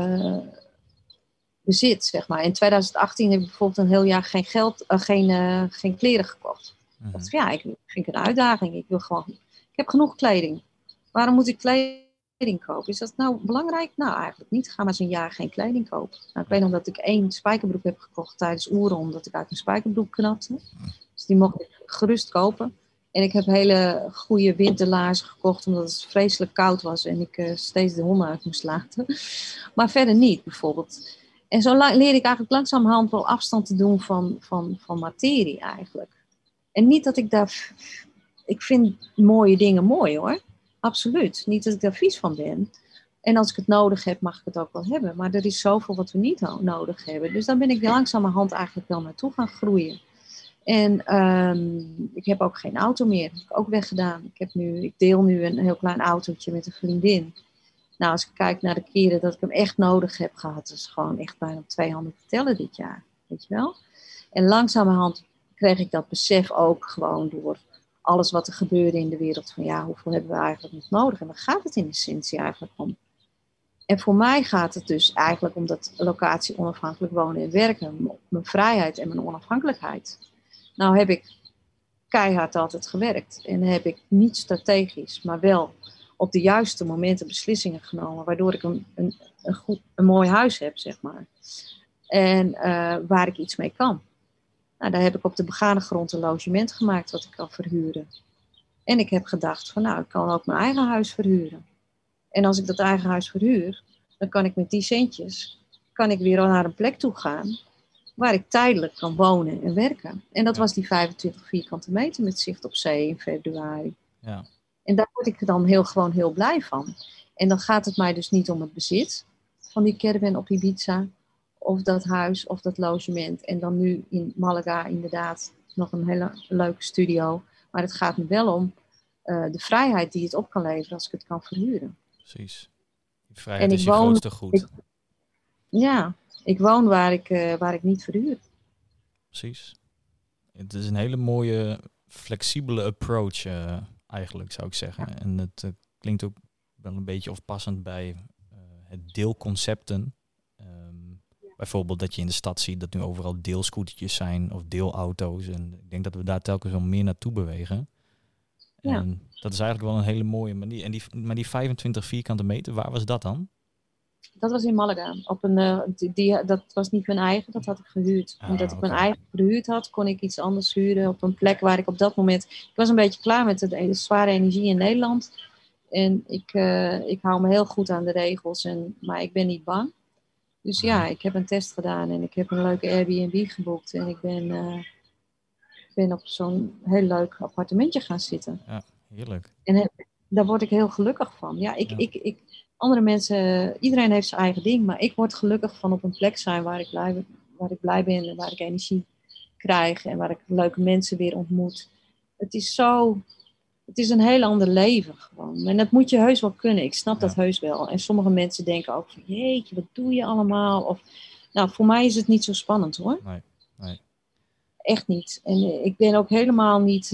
bezit, zeg maar. In 2018 heb ik bijvoorbeeld een heel jaar geen kleren gekocht. Ik dacht, ja, ik vind het een uitdaging. Ik heb genoeg kleding. Waarom moet ik kleding kopen? Is dat nou belangrijk? Nou, eigenlijk niet. Ga maar eens een jaar geen kleding kopen. Nou, ik weet nog dat ik 1 spijkerbroek heb gekocht tijdens Oeren, omdat ik uit een spijkerbroek knapte. Dus die mocht ik gerust kopen. En ik heb hele goede winterlaarzen gekocht, omdat het vreselijk koud was en ik steeds de honden uit moest laten. Maar verder niet, bijvoorbeeld. En zo leer ik eigenlijk langzamerhand wel afstand te doen van materie eigenlijk. En niet dat ik daar... Ik vind mooie dingen mooi hoor. Absoluut. Niet dat ik daar vies van ben. En als ik het nodig heb, mag ik het ook wel hebben. Maar er is zoveel wat we niet nodig hebben. Dus daar ben ik langzamerhand eigenlijk wel naartoe gaan groeien. En ik heb ook geen auto meer. Dat heb ik ook weggedaan. Ik deel nu een heel klein autootje met een vriendin. Nou, als ik kijk naar de keren dat ik hem echt nodig heb gehad, is gewoon echt bijna op 2 handen te tellen dit jaar. Weet je wel? En langzamerhand kreeg ik dat besef ook gewoon door alles wat er gebeurde in de wereld. Van ja, hoeveel hebben we eigenlijk nog nodig? En daar gaat het in essentie eigenlijk om. En voor mij gaat het dus eigenlijk om dat locatie onafhankelijk wonen en werken. Mijn vrijheid en mijn onafhankelijkheid. Nou heb ik keihard altijd gewerkt. En heb ik niet strategisch, maar wel op de juiste momenten beslissingen genomen. Waardoor ik een mooi huis heb, zeg maar. En waar ik iets mee kan. Nou, daar heb ik op de begane grond een logement gemaakt wat ik kan verhuren. En ik heb gedacht van, ik kan ook mijn eigen huis verhuren. En als ik dat eigen huis verhuur, dan kan ik met die centjes, kan ik weer naar een plek toe gaan, waar ik tijdelijk kan wonen en werken. En dat was die 25 vierkante meter met zicht op zee in februari. Ja. En daar word ik dan gewoon heel blij van. En dan gaat het mij dus niet om het bezit van die caravan op Ibiza, of dat huis, of dat logement. En dan nu in Malaga inderdaad nog een hele leuke studio. Maar het gaat me wel om de vrijheid die het op kan leveren als ik het kan verhuren. Precies. Die vrijheid is je grootste goed. Ik woon waar ik niet verhuur. Precies. Het is een hele mooie, flexibele approach eigenlijk, zou ik zeggen. En het klinkt ook wel een beetje passend bij het deelconcepten. Bijvoorbeeld dat je in de stad ziet dat nu overal deelscootertjes zijn of deelauto's. En ik denk dat we daar telkens wel meer naartoe bewegen. Ja. En dat is eigenlijk wel een hele mooie manier. En maar die 25 vierkante meter, waar was dat dan? Dat was in Malaga. Dat was niet mijn eigen, dat had ik gehuurd. Omdat ik mijn eigen gehuurd had, kon ik iets anders huren op een plek waar ik op dat moment... Ik was een beetje klaar met de zware energie in Nederland. En ik hou me heel goed aan de regels, maar ik ben niet bang. Dus ik heb een test gedaan en ik heb een leuke Airbnb geboekt. En ik ben op zo'n heel leuk appartementje gaan zitten. Ja, heerlijk. En daar word ik heel gelukkig van. Ja, andere mensen, iedereen heeft zijn eigen ding, maar ik word gelukkig van op een plek zijn waar ik blij ben en waar ik energie krijg en waar ik leuke mensen weer ontmoet. Het is een heel ander leven gewoon. En dat moet je heus wel kunnen. Ik snap dat heus wel. En sommige mensen denken ook van, jeetje, wat doe je allemaal? Of, voor mij is het niet zo spannend hoor. Nee. Echt niet. En ik ben ook helemaal niet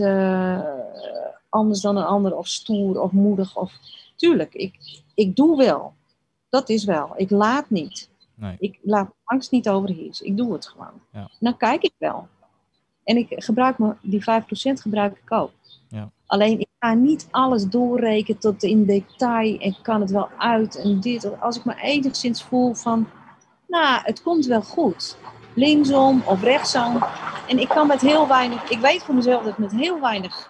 anders dan een ander of stoer of moedig. Tuurlijk, ik doe wel. Dat is wel. Ik laat niet. Nee. Ik laat angst niet overheersen. Ik doe het gewoon. Ja. Dan kijk ik wel. En ik gebruik die 5% gebruik ik ook. Ja. Alleen ik ga niet alles doorrekenen tot in detail en kan het wel uit en dit. Als ik me enigszins voel van, het komt wel goed. Linksom of rechtsom. En ik kan met heel weinig, ik weet van mezelf dat ik met heel weinig,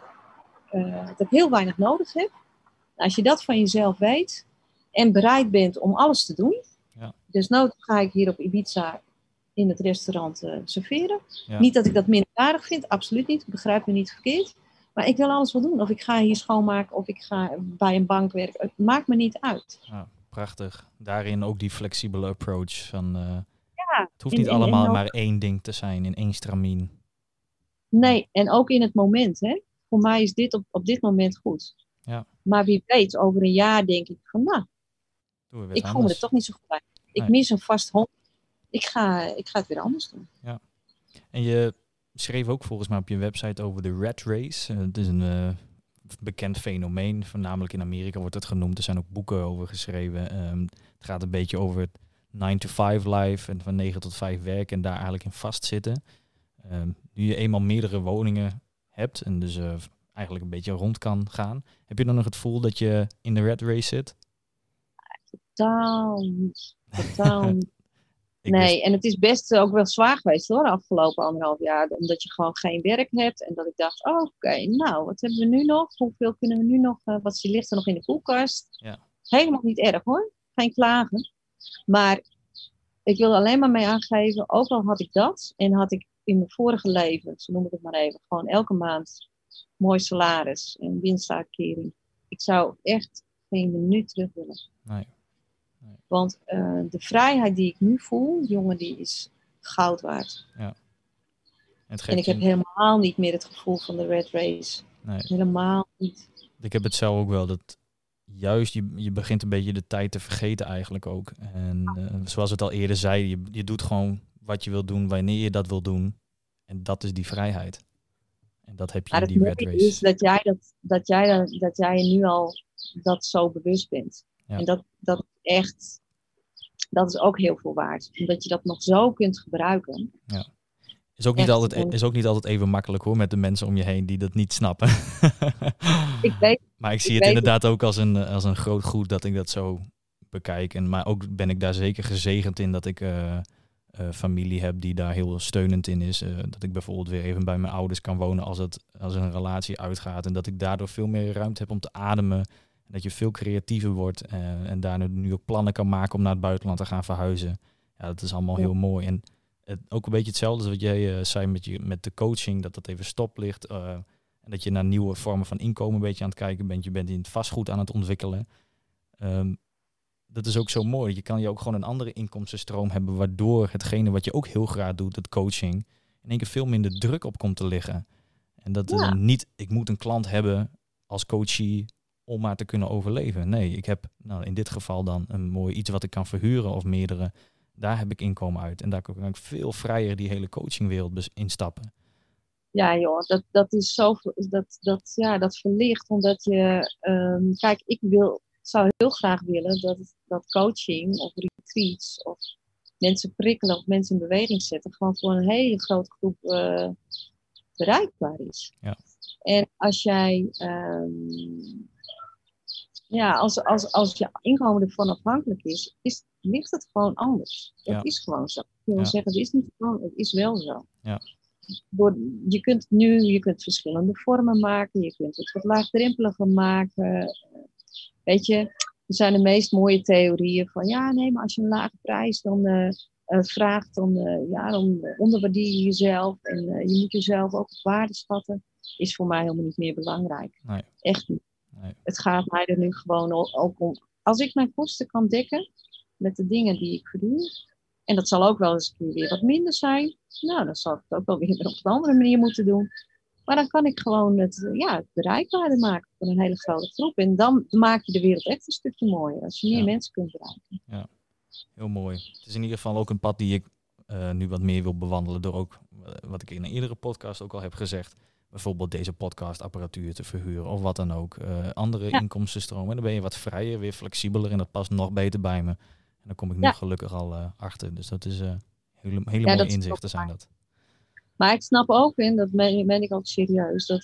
nodig heb. Als je dat van jezelf weet en bereid bent om alles te doen. Ja. Dus nou ga ik hier op Ibiza in het restaurant serveren. Ja. Niet dat ik dat minderwaardig vind, absoluut niet. Begrijp me niet verkeerd. Maar ik wil alles wel doen. Of ik ga hier schoonmaken of ik ga bij een bank werken. Het maakt me niet uit. Ja, prachtig. Daarin ook die flexibele approach. Van, het hoeft en, niet allemaal en ook, maar één ding te zijn in één stramien. Nee, en ook in het moment. Hè? Voor mij is dit op dit moment goed. Ja. Maar wie weet, over een jaar denk ik van ik voel me er toch niet zo goed bij. Ik mis een vast hond. Ik ga het weer anders doen. Ja. En je schreef ook volgens mij op je website over de rat race. Het is een bekend fenomeen. Voornamelijk in Amerika wordt het genoemd. Er zijn ook boeken over geschreven. Het gaat een beetje over het 9-to-5 life en van 9 tot 5 werken en daar eigenlijk in vastzitten. Nu je eenmaal meerdere woningen hebt en dus eigenlijk een beetje rond kan gaan. Heb je dan nog het gevoel dat je in de rat race zit? Totaal niet. Nee, en het is best ook wel zwaar geweest hoor, de afgelopen 1,5 jaar. Omdat je gewoon geen werk hebt. En dat ik dacht, oké, wat hebben we nu nog? Hoeveel kunnen we nu nog? Wat ligt er nog in de koelkast? Ja. Helemaal niet erg hoor. Geen klagen. Maar ik wil er alleen maar mee aangeven, ook al had ik dat. En had ik in mijn vorige leven, zo noem ik het maar even, gewoon elke maand mooi salaris en winstuitkering. Ik zou echt geen minuut terug willen. Nee. Want de vrijheid die ik nu voel, jongen, die is goud waard. Ja. En ik heb helemaal niet meer het gevoel van de rat race. Nee. Helemaal niet. Ik heb het zelf ook wel, dat juist je begint een beetje de tijd te vergeten eigenlijk ook. En zoals het al eerder zei, je doet gewoon wat je wil doen, wanneer je dat wil doen. En dat is die vrijheid. En dat heb je in die rat race. Het is dat jij nu al dat zo bewust bent. Ja. En dat echt, dat is ook heel veel waard. Omdat je dat nog zo kunt gebruiken. Ja. Is ook niet altijd even makkelijk hoor, met de mensen om je heen die dat niet snappen. Maar ik zie het inderdaad ook als een groot goed dat ik dat zo bekijk. Maar ook ben ik daar zeker gezegend in dat ik familie heb die daar heel steunend in is. Dat ik bijvoorbeeld weer even bij mijn ouders kan wonen als een relatie uitgaat. En dat ik daardoor veel meer ruimte heb om te ademen. En dat je veel creatiever wordt. En daar nu ook plannen kan maken om naar het buitenland te gaan verhuizen. Ja, dat is allemaal heel mooi. En ook een beetje hetzelfde als wat jij zei met de coaching. Dat even stoplicht. En dat je naar nieuwe vormen van inkomen een beetje aan het kijken bent. Je bent in het vastgoed aan het ontwikkelen. Dat is ook zo mooi. Je kan je ook gewoon een andere inkomstenstroom hebben, waardoor hetgene wat je ook heel graag doet, het coaching, in één keer veel minder druk op komt te liggen. En dat niet, ik moet een klant hebben als coachie om maar te kunnen overleven. Nee, ik heb in dit geval dan een mooi iets wat ik kan verhuren of meerdere. Daar heb ik inkomen uit. En daar kan ik veel vrijer die hele coachingwereld instappen. Ja joh, dat is zo, dat verlicht. Omdat je, kijk, zou heel graag willen dat coaching of retreats of mensen prikkelen of mensen in beweging zetten, gewoon voor een hele grote groep bereikbaar is. Ja. En als jij, als je inkomen ervan afhankelijk ligt het gewoon anders. Dat is gewoon zo. Ik wil zeggen, het is niet gewoon, het is wel zo. Ja. Je kunt verschillende vormen maken, je kunt het wat laagdrempeliger maken. Weet je, er zijn de meest mooie theorieën van, maar als je een lage prijs dan vraagt, dan onderwaardeer je jezelf en je moet jezelf ook op waarde schatten, is voor mij helemaal niet meer belangrijk. Nee. Echt niet. Nee. Het gaat mij er nu gewoon ook om, als ik mijn kosten kan dekken met de dingen die ik verduur, en dat zal ook wel eens een keer weer wat minder zijn, dan zal ik het ook wel weer op een andere manier moeten doen. Maar dan kan ik gewoon het bereikbaarder maken voor een hele grote groep. En dan maak je de wereld echt een stukje mooier. Als je meer mensen kunt bereiken. Ja, heel mooi. Het is in ieder geval ook een pad die ik nu wat meer wil bewandelen. Door ook, wat ik in een eerdere podcast ook al heb gezegd. Bijvoorbeeld deze podcastapparatuur te verhuren of wat dan ook. Andere inkomstenstromen. En dan ben je wat vrijer, weer flexibeler. En dat past nog beter bij me. En daar kom ik nu gelukkig al achter. Dus dat is hele mooie inzichten zijn dat. Maar ik snap ook, en dat meen ik ook serieus, dat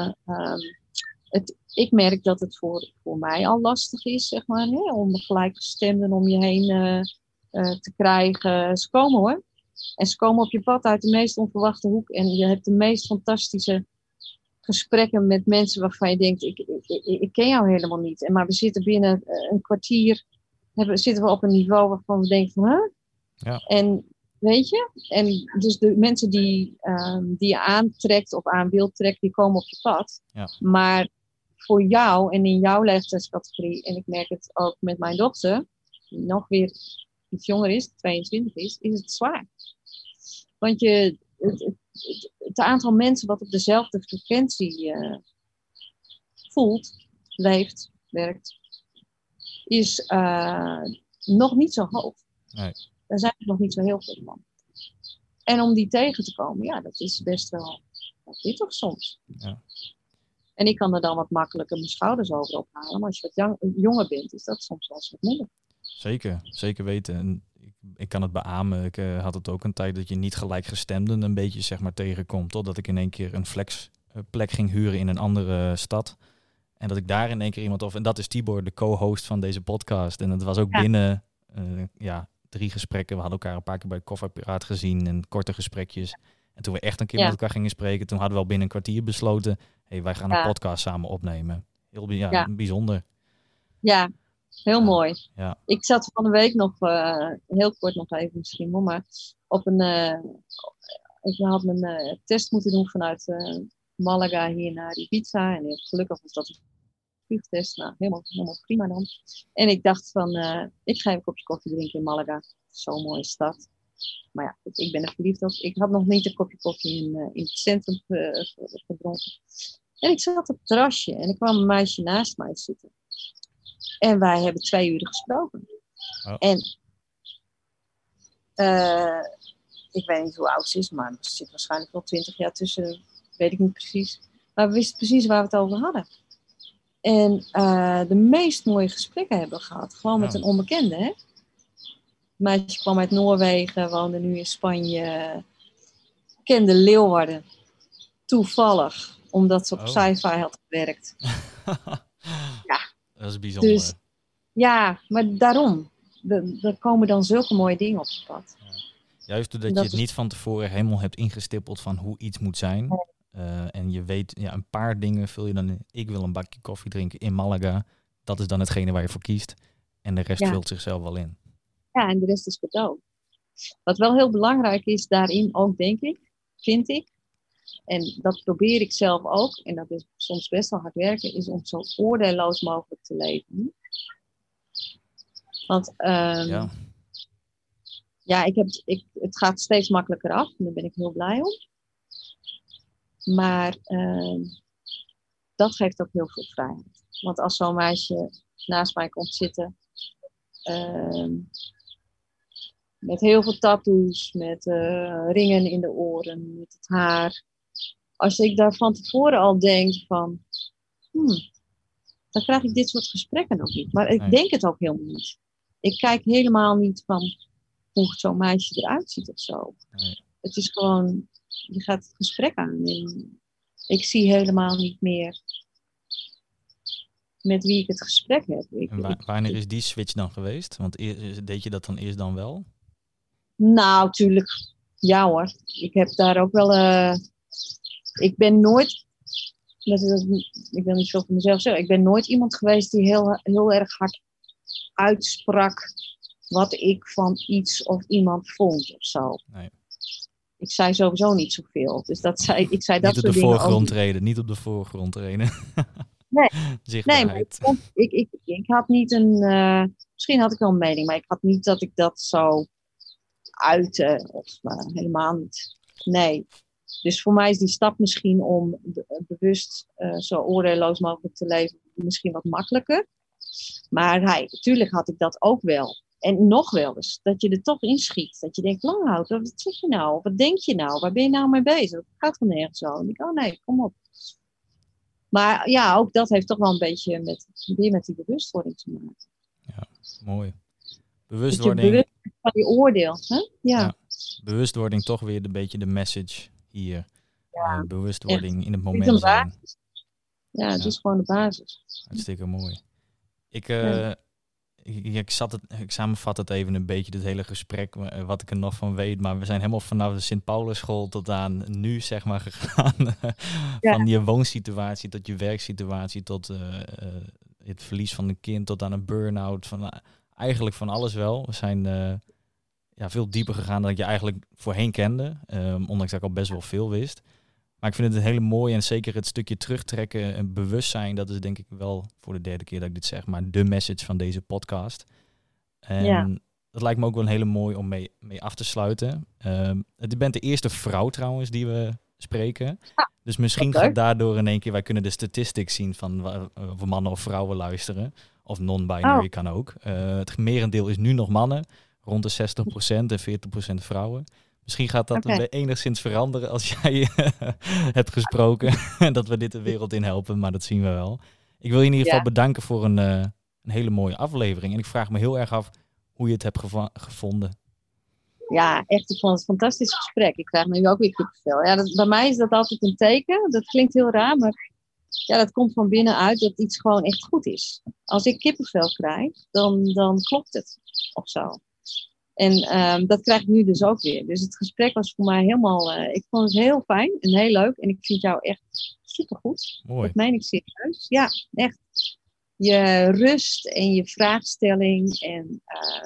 ik merk dat het voor mij al lastig is, zeg maar, om gelijkgestemden om je heen te krijgen. Ze komen hoor. En ze komen op je pad uit de meest onverwachte hoek. En je hebt de meest fantastische gesprekken met mensen waarvan je denkt, ik ken jou helemaal niet. Maar we zitten binnen een kwartier, zitten we op een niveau waarvan we denken van, huh? Ja. En weet je? En dus de mensen die je aantrekt of aan wilt trekken, die komen op je pad. Ja. Maar voor jou en in jouw leeftijdscategorie, en ik merk het ook met mijn dochter, die nog weer iets jonger is, 22 is het zwaar. Want het aantal mensen wat op dezelfde frequentie voelt, leeft, werkt, is nog niet zo hoog. Nee. Daar zijn er nog niet zo heel veel van. En om die tegen te komen, dat is best wel pittig soms. Ja. En ik kan er dan wat makkelijker mijn schouders over ophalen. Maar als je wat jonger bent, is dat soms wel eens wat moeilijk. Zeker weten. En ik kan het beamen. Ik had het ook een tijd dat je niet gelijkgestemden een beetje zeg maar tegenkomt. Totdat ik in één keer een flexplek ging huren in een andere stad. En dat ik daar in één keer iemand en dat is Tibor, de co-host van deze podcast. En het was ook binnen 3 gesprekken. We hadden elkaar een paar keer bij het Koffieapparaat gezien en korte gesprekjes. En toen we echt een keer met elkaar gingen spreken, toen hadden we al binnen een kwartier besloten, wij gaan een podcast samen opnemen. Heel bijzonder. Ja, heel mooi. Ja. Ik zat van de week nog, heel kort nog even misschien, maar op ik had mijn test moeten doen vanuit Malaga hier naar Ibiza. En gelukkig was dat een vliegtest. Nou, helemaal prima dan. En ik dacht van, ik ga even een kopje koffie drinken in Malaga. Zo'n mooie stad. Maar ja, ik ben er verliefd op. Ik had nog niet een kopje koffie in het centrum gedronken. En ik zat op het terrasje en er kwam een meisje naast mij zitten. En wij hebben 2 uur gesproken. Oh. En ik weet niet hoe oud ze is, maar er zit waarschijnlijk wel 20 jaar tussen. Weet ik niet precies. Maar we wisten precies waar we het over hadden. En de meest mooie gesprekken hebben we gehad. Gewoon met een onbekende, hè. Het meisje kwam uit Noorwegen, woonde nu in Spanje. Kende Leeuwarden. Toevallig. Omdat ze op sci-fi had gewerkt. Ja. Dat is bijzonder. Dus, ja, maar daarom. Er komen dan zulke mooie dingen op je pad. Juist doordat Dat je het niet van tevoren helemaal hebt ingestippeld van hoe iets moet zijn. En je weet, een paar dingen vul je dan in. Ik wil een bakje koffie drinken in Malaga. Dat is dan hetgene waar je voor kiest. En de rest vult zichzelf wel in. Ja, en de rest is cadeau. Wat wel heel belangrijk is daarin ook, denk ik, vind ik. En dat probeer ik zelf ook. En dat is soms best wel hard werken. Is om zo oordeelloos mogelijk te leven. Want het gaat steeds makkelijker af. En daar ben ik heel blij om. Maar dat geeft ook heel veel vrijheid. Want als zo'n meisje naast mij komt zitten... met heel veel tattoos, met ringen in de oren, met het haar. Als ik daar van tevoren al denk van... dan krijg ik dit soort gesprekken ook niet. Maar ik denk het ook helemaal niet. Ik kijk helemaal niet van hoe zo'n meisje eruit ziet of zo. Nee. Het is gewoon... Je gaat het gesprek aan. En ik zie helemaal niet meer... met wie ik het gesprek heb. Wanneer is die switch dan geweest? Want deed je dat dan eerst dan wel? Nou, tuurlijk. Ja hoor. Ik heb daar ook wel... ik ben nooit... ik wil niet veel van mezelf zeggen. Ik ben nooit iemand geweest die heel erg hard uitsprak... wat ik van iets of iemand vond of zo. Nee. Ik zei sowieso niet zoveel. Dus ik zei dat niet soort dingen ook niet op de voorgrond treden. Nee, maar ik had niet een... misschien had ik wel een mening, maar ik had niet dat ik dat zou uiten. Of helemaal niet. Nee. Dus voor mij is die stap misschien om bewust zo oordeelloos mogelijk te leven misschien wat makkelijker. Maar natuurlijk had ik dat ook wel. En nog wel eens, dat je er toch inschiet. Dat je denkt, Langhout, wat zeg je nou? Wat denk je nou? Waar ben je nou mee bezig? Het gaat gewoon nergens zo. En ik denk, oh nee, kom op. Maar ja, ook dat heeft toch wel een beetje met die bewustwording te maken. Ja, mooi. Bewustwording. Dat je bewust van je oordeel. Hè? Ja. Bewustwording toch weer een beetje de message hier. Ja, bewustwording echt. in het moment zijn. Ja, het is gewoon de basis. Hartstikke mooi. Ik samenvat het even een beetje, dit hele gesprek, wat ik er nog van weet. Maar we zijn helemaal vanaf de Sint-Paulusschool tot aan nu, zeg maar, gegaan. Van je woonsituatie tot je werksituatie, tot het verlies van een kind, tot aan een burn-out. Eigenlijk van alles wel. We zijn veel dieper gegaan dan ik je eigenlijk voorheen kende. Ondanks dat ik al best wel veel wist. Maar ik vind het een hele mooie en zeker het stukje terugtrekken en bewustzijn. Dat is denk ik wel voor de derde keer dat ik dit zeg, maar de message van deze podcast. En dat lijkt me ook wel een hele mooi om mee af te sluiten. Je bent de eerste vrouw trouwens die we spreken. Dus misschien gaat daardoor in één keer, wij kunnen de statistics zien van of mannen of vrouwen luisteren. Of non-binary kan ook. Het merendeel is nu nog mannen, rond de 60% en 40% vrouwen. Misschien gaat dat enigszins veranderen als jij hebt gesproken. En dat we dit de wereld in helpen, maar dat zien we wel. Ik wil je in ieder geval bedanken voor een hele mooie aflevering. En ik vraag me heel erg af hoe je het hebt gevonden. Ja, echt. Ik vond het een fantastisch gesprek. Ik krijg nu ook weer kippenvel. Ja, bij mij is dat altijd een teken. Dat klinkt heel raar, maar dat komt van binnenuit dat iets gewoon echt goed is. Als ik kippenvel krijg, dan klopt het of zo. En dat krijg ik nu dus ook weer. Dus het gesprek was voor mij helemaal... ik vond het heel fijn en heel leuk. En ik vind jou echt supergoed. Mooi. Dat meen ik serieus. Ja, echt. Je rust en je vraagstelling en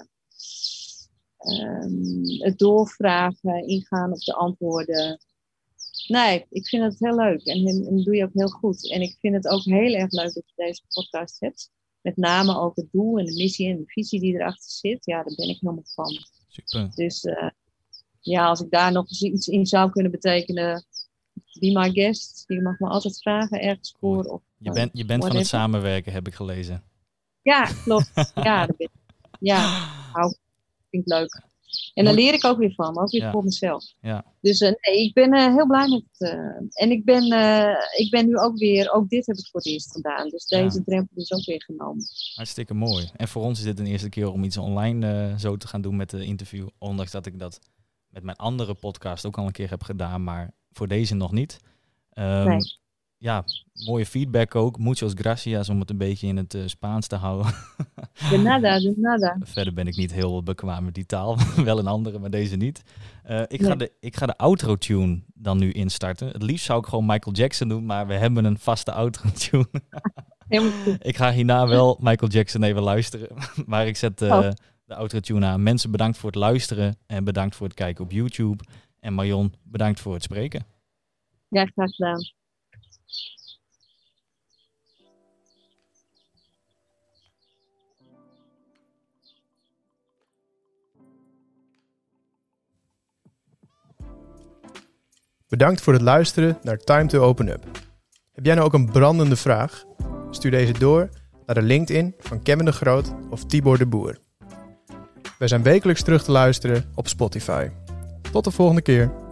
het doorvragen, ingaan op de antwoorden. Nee, ik vind het heel leuk. En dat doe je ook heel goed. En ik vind het ook heel erg leuk dat je deze podcast hebt. Met name ook het doel en de missie en de visie die erachter zit. Ja, daar ben ik helemaal van. Super. Dus als ik daar nog eens iets in zou kunnen betekenen, be my guest. Je mag me altijd vragen ergens voor. Of, je bent van het samenwerken, heb ik gelezen. Ja, klopt. Ja, dat ben ik. Ja, vind ik leuk. En daar leer ik ook weer van, ook weer voor mezelf. Ja. Dus ik ben heel blij met het. En ik ben nu ook weer, ook dit heb ik voor het eerst gedaan. Dus deze drempel is ook weer genomen. Hartstikke mooi. En voor ons is dit een eerste keer om iets online zo te gaan doen met de interview. Ondanks dat ik dat met mijn andere podcast ook al een keer heb gedaan, maar voor deze nog niet. Nee. mooie feedback ook. Muchos gracias, om het een beetje in het Spaans te houden. De nada. Verder ben ik niet heel bekwaam met die taal. Wel een andere, maar deze niet. Ik ga de outro tune dan nu instarten. Het liefst zou ik gewoon Michael Jackson doen, maar we hebben een vaste outro tune. Ik ga hierna wel Michael Jackson even luisteren. Maar ik zet de outro tune aan. Mensen, bedankt voor het luisteren en bedankt voor het kijken op YouTube. En Marion, bedankt voor het spreken. Ja, graag gedaan. Bedankt voor het luisteren naar Time to Open Up. Heb jij nou ook een brandende vraag? Stuur deze door naar de LinkedIn van Kevin de Groot of Tibor de Boer. Wij zijn wekelijks terug te luisteren op Spotify. Tot de volgende keer.